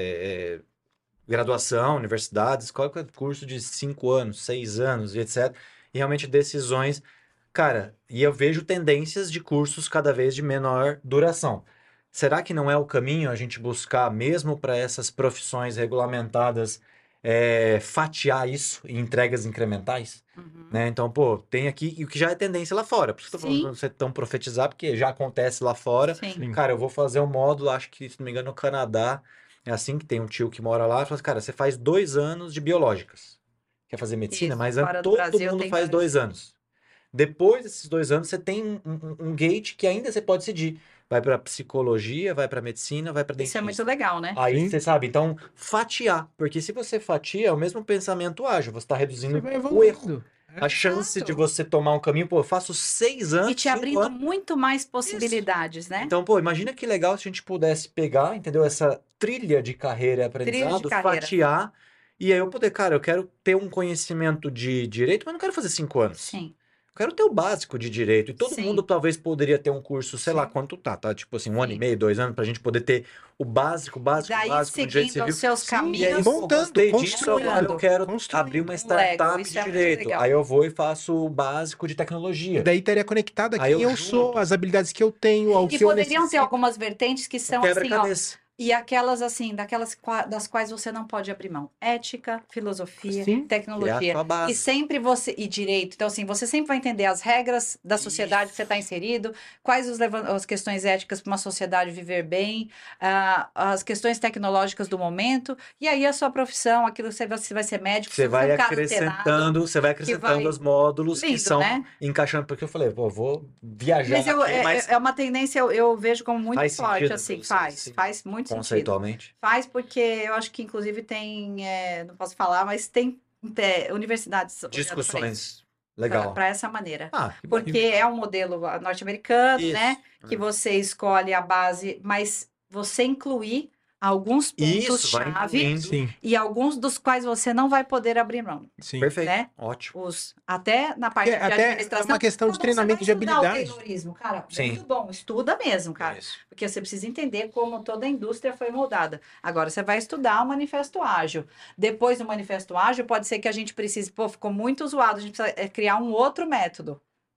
é, é, graduação, universidades, qualquer curso de cinco anos, seis anos e etcétera. E realmente decisões. Cara, e eu vejo tendências de cursos cada vez de menor duração. Será que não é o caminho a gente buscar, mesmo para essas profissões regulamentadas, é, fatiar isso em entregas incrementais? Uhum. Né? Então, pô, tem aqui e o que já é tendência lá fora. Por isso que eu tô Sim. falando você tão profetizar, porque já acontece lá fora. Sim. Sim. Cara, eu vou fazer um módulo, acho que, se não me engano, no Canadá. É assim que tem um tio que mora lá. Fala assim, cara, você faz dois anos de biológicas. Quer fazer medicina? Isso, Mas fora do todo Brasil mundo tem faz vários. dois anos. Depois desses dois anos, você tem um, um- um gate que ainda você pode decidir. Vai para psicologia, vai para medicina, vai para Isso é muito dentista. legal, né? Aí Sim. você sabe, então, fatiar. Porque se você fatia, é o mesmo pensamento ágil. Você está Você reduzindo vai o erro. evoluindo. A chance Exato. de você tomar um caminho, pô, eu faço seis anos, E te cinco abrindo anos. muito mais possibilidades, né? Então, pô, imagina que legal se a gente pudesse pegar, entendeu? Essa trilha de carreira e aprendizado, carreira. fatiar, e aí eu poder, cara, eu quero ter um conhecimento de direito, mas não quero fazer cinco anos. Sim. Eu quero ter o básico de direito. E todo Sim. mundo talvez poderia ter um curso, sei lá Sim. quanto tá, tá? Tipo assim, um ano e Sim. meio, dois anos, pra gente poder ter o básico, básico, Daí, básico no direito seguindo civil. os seus Sim, E aí, caminhos, pô, montando, gostei disso, construindo, agora eu quero construindo. abrir uma Um startup Lego, isso de é muito direito. legal. Aí eu vou e faço o básico de E tecnologia. daí estaria conectado a Aí quem eu eu sou, junto. as habilidades que eu tenho, ao E que eu poderiam ter necessito. algumas vertentes que são assim, ó. Quebra-cabeça. E aquelas assim, daquelas qua- das quais você não pode abrir mão. Ética, filosofia, Sim. Que é a tecnologia. tua base. E sempre você. E direito. Então, assim, você sempre vai entender as regras da sociedade que você está inserido, quais os levan- as questões éticas para uma sociedade viver bem, ah, as questões tecnológicas do momento, e aí a sua profissão, aquilo que você vai, você vai ser médico, Você for vai um cara antenado, acrescentando, você vai acrescentando vai- os módulos que Lindo, são né? encaixando, porque eu falei, pô, vou viajar Mas, eu- aqui, é, mas é uma tendência, eu, eu vejo como muito Faz forte, sentido assim, pra você, faz, sim. faz muito sentido. conceitualmente. Faz porque eu acho que, inclusive, tem, é, não posso falar, mas tem é, universidades Discussões. Legal. para essa maneira. Ah, que bom. Porque é um modelo norte-americano, Isso. né? Que você escolhe a base, mas você incluir alguns Isso, vai pontos-chave incluindo. Sim, e alguns dos quais você não vai poder abrir mão. sim. Perfeito. Né? Ótimo. Os, até na parte É, de até é administração. uma questão Tá de bom, treinamento você de vai estudar o habilidade. Taylorismo, cara, Sim. muito bom, estuda mesmo, cara. Isso. Porque você precisa entender como toda a indústria foi moldada. Agora, você vai estudar o Manifesto Ágil. Depois do Manifesto Ágil, pode ser que a gente precise, pô, ficou muito zoado, a gente precisa é, criar um outro método.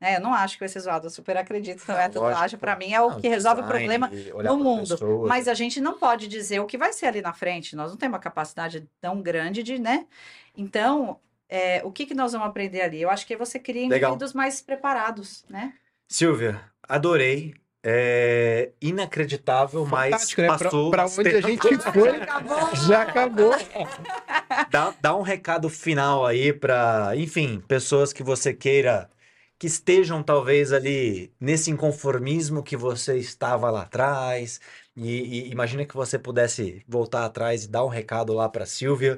É, eu não acho que vai ser zoado, eu super acredito que não é Não, tatuagem. lógico. Para mim é o Não, que resolve o design, problema olhar no pra mundo. pessoa. Mas a gente não pode dizer o que vai ser ali na frente. Nós não temos uma capacidade tão grande de, né? Então, é, o que que nós vamos aprender ali? Eu acho que você cria Legal. indivíduos mais preparados, né? Silvia, adorei. É inacreditável, mas Fantástico, né? Pra, passou. pra nosso onde a tempo. gente foi, Acabou. já acabou. Dá, dá um recado final aí para, enfim, pessoas que você queira que estejam talvez ali nesse inconformismo que você estava lá atrás. E, e imagina que você pudesse voltar atrás e dar um recado lá para Silvia.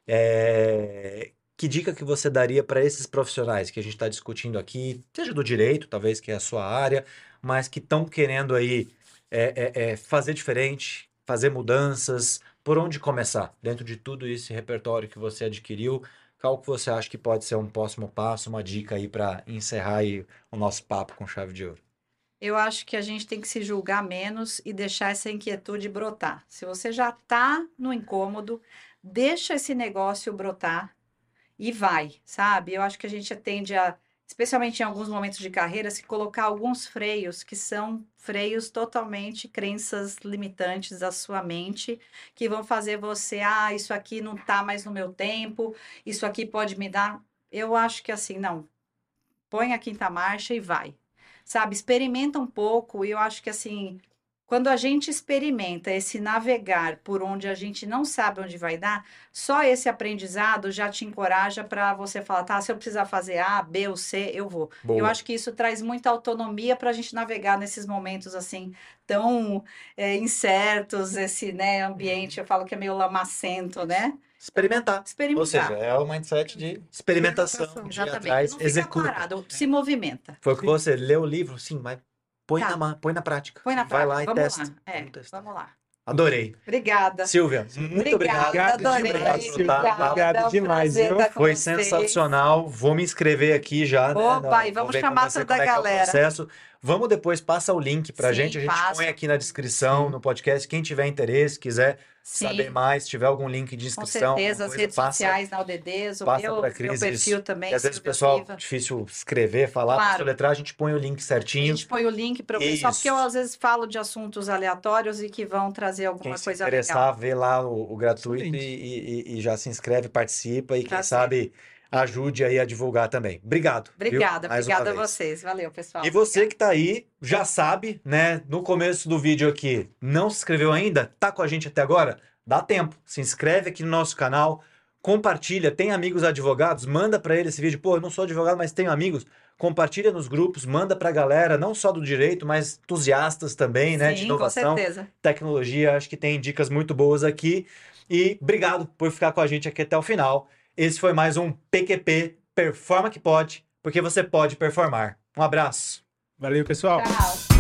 É, que dica que você daria para esses profissionais que a gente está discutindo aqui, seja do direito, talvez que é a sua área, mas que estão querendo aí é, é, é, fazer diferente, fazer mudanças, por onde começar? Dentro de tudo esse repertório que você adquiriu, qual que você acha que pode ser um próximo passo, uma dica aí para encerrar aí o nosso papo com chave de ouro? Eu acho que a gente tem que se julgar menos e deixar essa inquietude brotar. Se você já está no incômodo, deixa esse negócio brotar e vai, sabe? Eu acho que a gente tende a, especialmente em alguns momentos de carreira, se colocar alguns freios que são freios totalmente crenças limitantes da sua mente, que vão fazer você, ah, isso aqui não tá mais no meu tempo, isso aqui pode me dar. Eu acho que assim, não. Põe a quinta marcha e vai. Sabe? Experimenta um pouco e eu acho que assim, quando a gente experimenta esse navegar por onde a gente não sabe onde vai dar, só esse aprendizado já te encoraja para você falar, tá, se eu precisar fazer A, B ou C, eu vou. Boa. Eu acho que isso traz muita autonomia para a gente navegar nesses momentos assim, tão é, incertos, esse né, ambiente, eu falo que é meio lamacento, né? Experimentar. Experimentar. Ou seja, é o mindset de experimentação, de ir Exatamente. atrás, Não fica executa. parado, se movimenta. Foi o que você leu o livro? Sim, mas põe, Tá. na, ma- põe na prática. Põe na Vai prática. lá e Vamos testa. lá. É, Vamos testar. vamos lá. Adorei. Obrigada. Silvia, muito Obrigada, obrigado. adorei. Obrigado, Silvia. Obrigada, Obrigado é um demais, prazer viu? estar com Foi vocês. sensacional. Vou me inscrever aqui já, né? Opa, No- e vamos ver com chamar você toda a como é que é o galera. processo. Vamos depois, passa o link pra Sim, gente. A gente passo. põe aqui na descrição, Sim. no podcast. Quem tiver interesse, quiser Sim, saber mais, tiver algum link de com inscrição, certeza, alguma as coisa, redes passa. sociais na U D Ds, o passa meu, pra meu Cris, perfil isso. também, Que às vezes o Silvia pessoal Piva. difícil escrever, falar, para Claro. soletrar, a gente põe o link A certinho. gente põe o link para o pessoal, porque eu Isso. às vezes falo de assuntos aleatórios e que vão trazer alguma Quem se coisa interessar, legal. vê lá o, o gratuito Excelente. e, e- e já se inscreve, participa e quem Tá certo. sabe ajude aí a divulgar também. Obrigado. viu? Obrigada, Mais uma obrigada a vez. vocês. Valeu, pessoal. E você Obrigada. que tá aí, já sabe, né? No começo do vídeo aqui, não se inscreveu ainda? Tá com a gente até agora? Dá tempo. Se inscreve aqui no nosso canal, compartilha. Tem amigos advogados? Manda pra ele esse vídeo. Pô, eu não sou advogado, mas tenho amigos. Compartilha nos grupos, manda pra galera, não só do direito, mas entusiastas também, né? De Sim, com inovação, certeza. tecnologia. Acho que tem dicas muito boas aqui. E obrigado por ficar com a gente aqui até o final. Esse foi mais um P Q P Performa que Pode, porque você pode performar. Um abraço. Valeu, pessoal. Tchau.